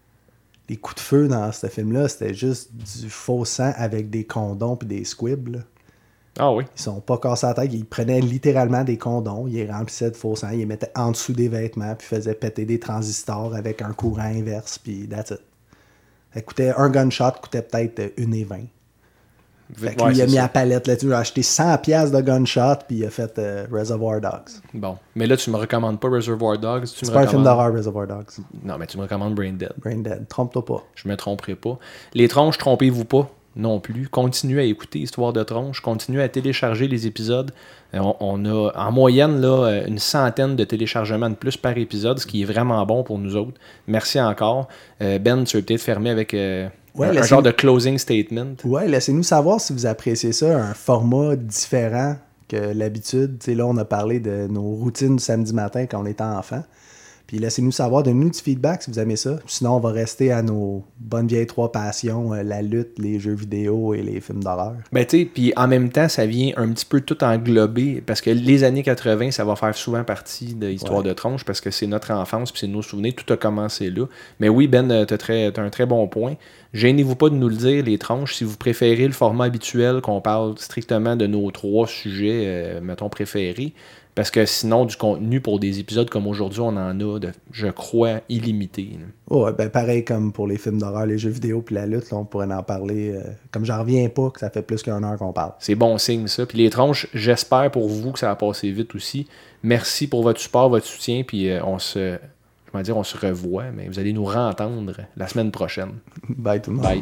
les coups de feu dans ce film-là, c'était juste du faux sang avec des condoms puis des squibs. Là. Ah oui. Ils sont pas cassés la tête, ils prenaient littéralement des condoms, ils les remplissaient de faux sang, ils les mettaient en dessous des vêtements, puis faisaient péter des transistors avec un courant inverse, puis that's it. Ça coûtait, un gunshot coûtait peut-être 1,20. Fait que Ouais, lui, il a c'est mis ça. la palette là-dessus, il a acheté 100$ de gunshot, puis il a fait Reservoir Dogs. Bon. Mais là, tu me recommandes pas Reservoir Dogs. Tu C'est me pas un film recommandes- d'horreur, Reservoir Dogs. Non, mais tu me recommandes Brain Dead. Brain Dead, trompe-toi pas. Je me tromperai pas. Les tronches, trompez-vous pas non plus. Continuez à écouter Histoire de tronche. Continuez à télécharger les épisodes. On a en moyenne là, une centaine de téléchargements de plus par épisode, ce qui est vraiment bon pour nous autres. Merci encore. Ben, tu veux peut-être fermer avec un laissez-nous- genre de closing statement. Ouais, laissez-nous savoir si vous appréciez ça, un format différent que l'habitude. Tu sais, là, on a parlé de nos routines du samedi matin quand on était enfant. Puis laissez-nous savoir, donnez-nous du feedback si vous aimez ça. Sinon, on va rester à nos bonnes vieilles trois passions, la lutte, les jeux vidéo et les films d'horreur. Ben, tu sais, puis en même temps, ça vient un petit peu tout englober, parce que les années 80, ça va faire souvent partie de l'histoire de tronche, parce que c'est notre enfance, puis c'est nos souvenirs, tout a commencé là. Mais oui, Ben, t'as un très bon point. Gênez-vous pas de nous le dire, les tronches, si vous préférez le format habituel, qu'on parle strictement de nos trois sujets, mettons, préférés, parce que sinon, du contenu pour des épisodes comme aujourd'hui, on en a, je crois, illimité. Là. Ouais, ben pareil comme pour les films d'horreur, les jeux vidéo puis la lutte, là, on pourrait en parler. Comme j'en reviens pas que ça fait plus qu'une heure qu'on parle. C'est bon signe, ça. Puis les tronches, j'espère pour vous que ça va passer vite aussi. Merci pour votre support, votre soutien, puis on se revoit, mais vous allez nous re-entendre la semaine prochaine. Bye tout le monde. Bye.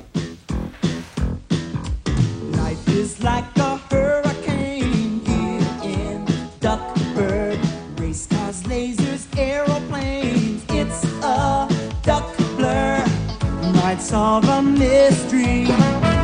Life is like a hurricane here in Duckburg. Race cars, lasers, aeroplanes. It's a duck blur. Nights of a mystery.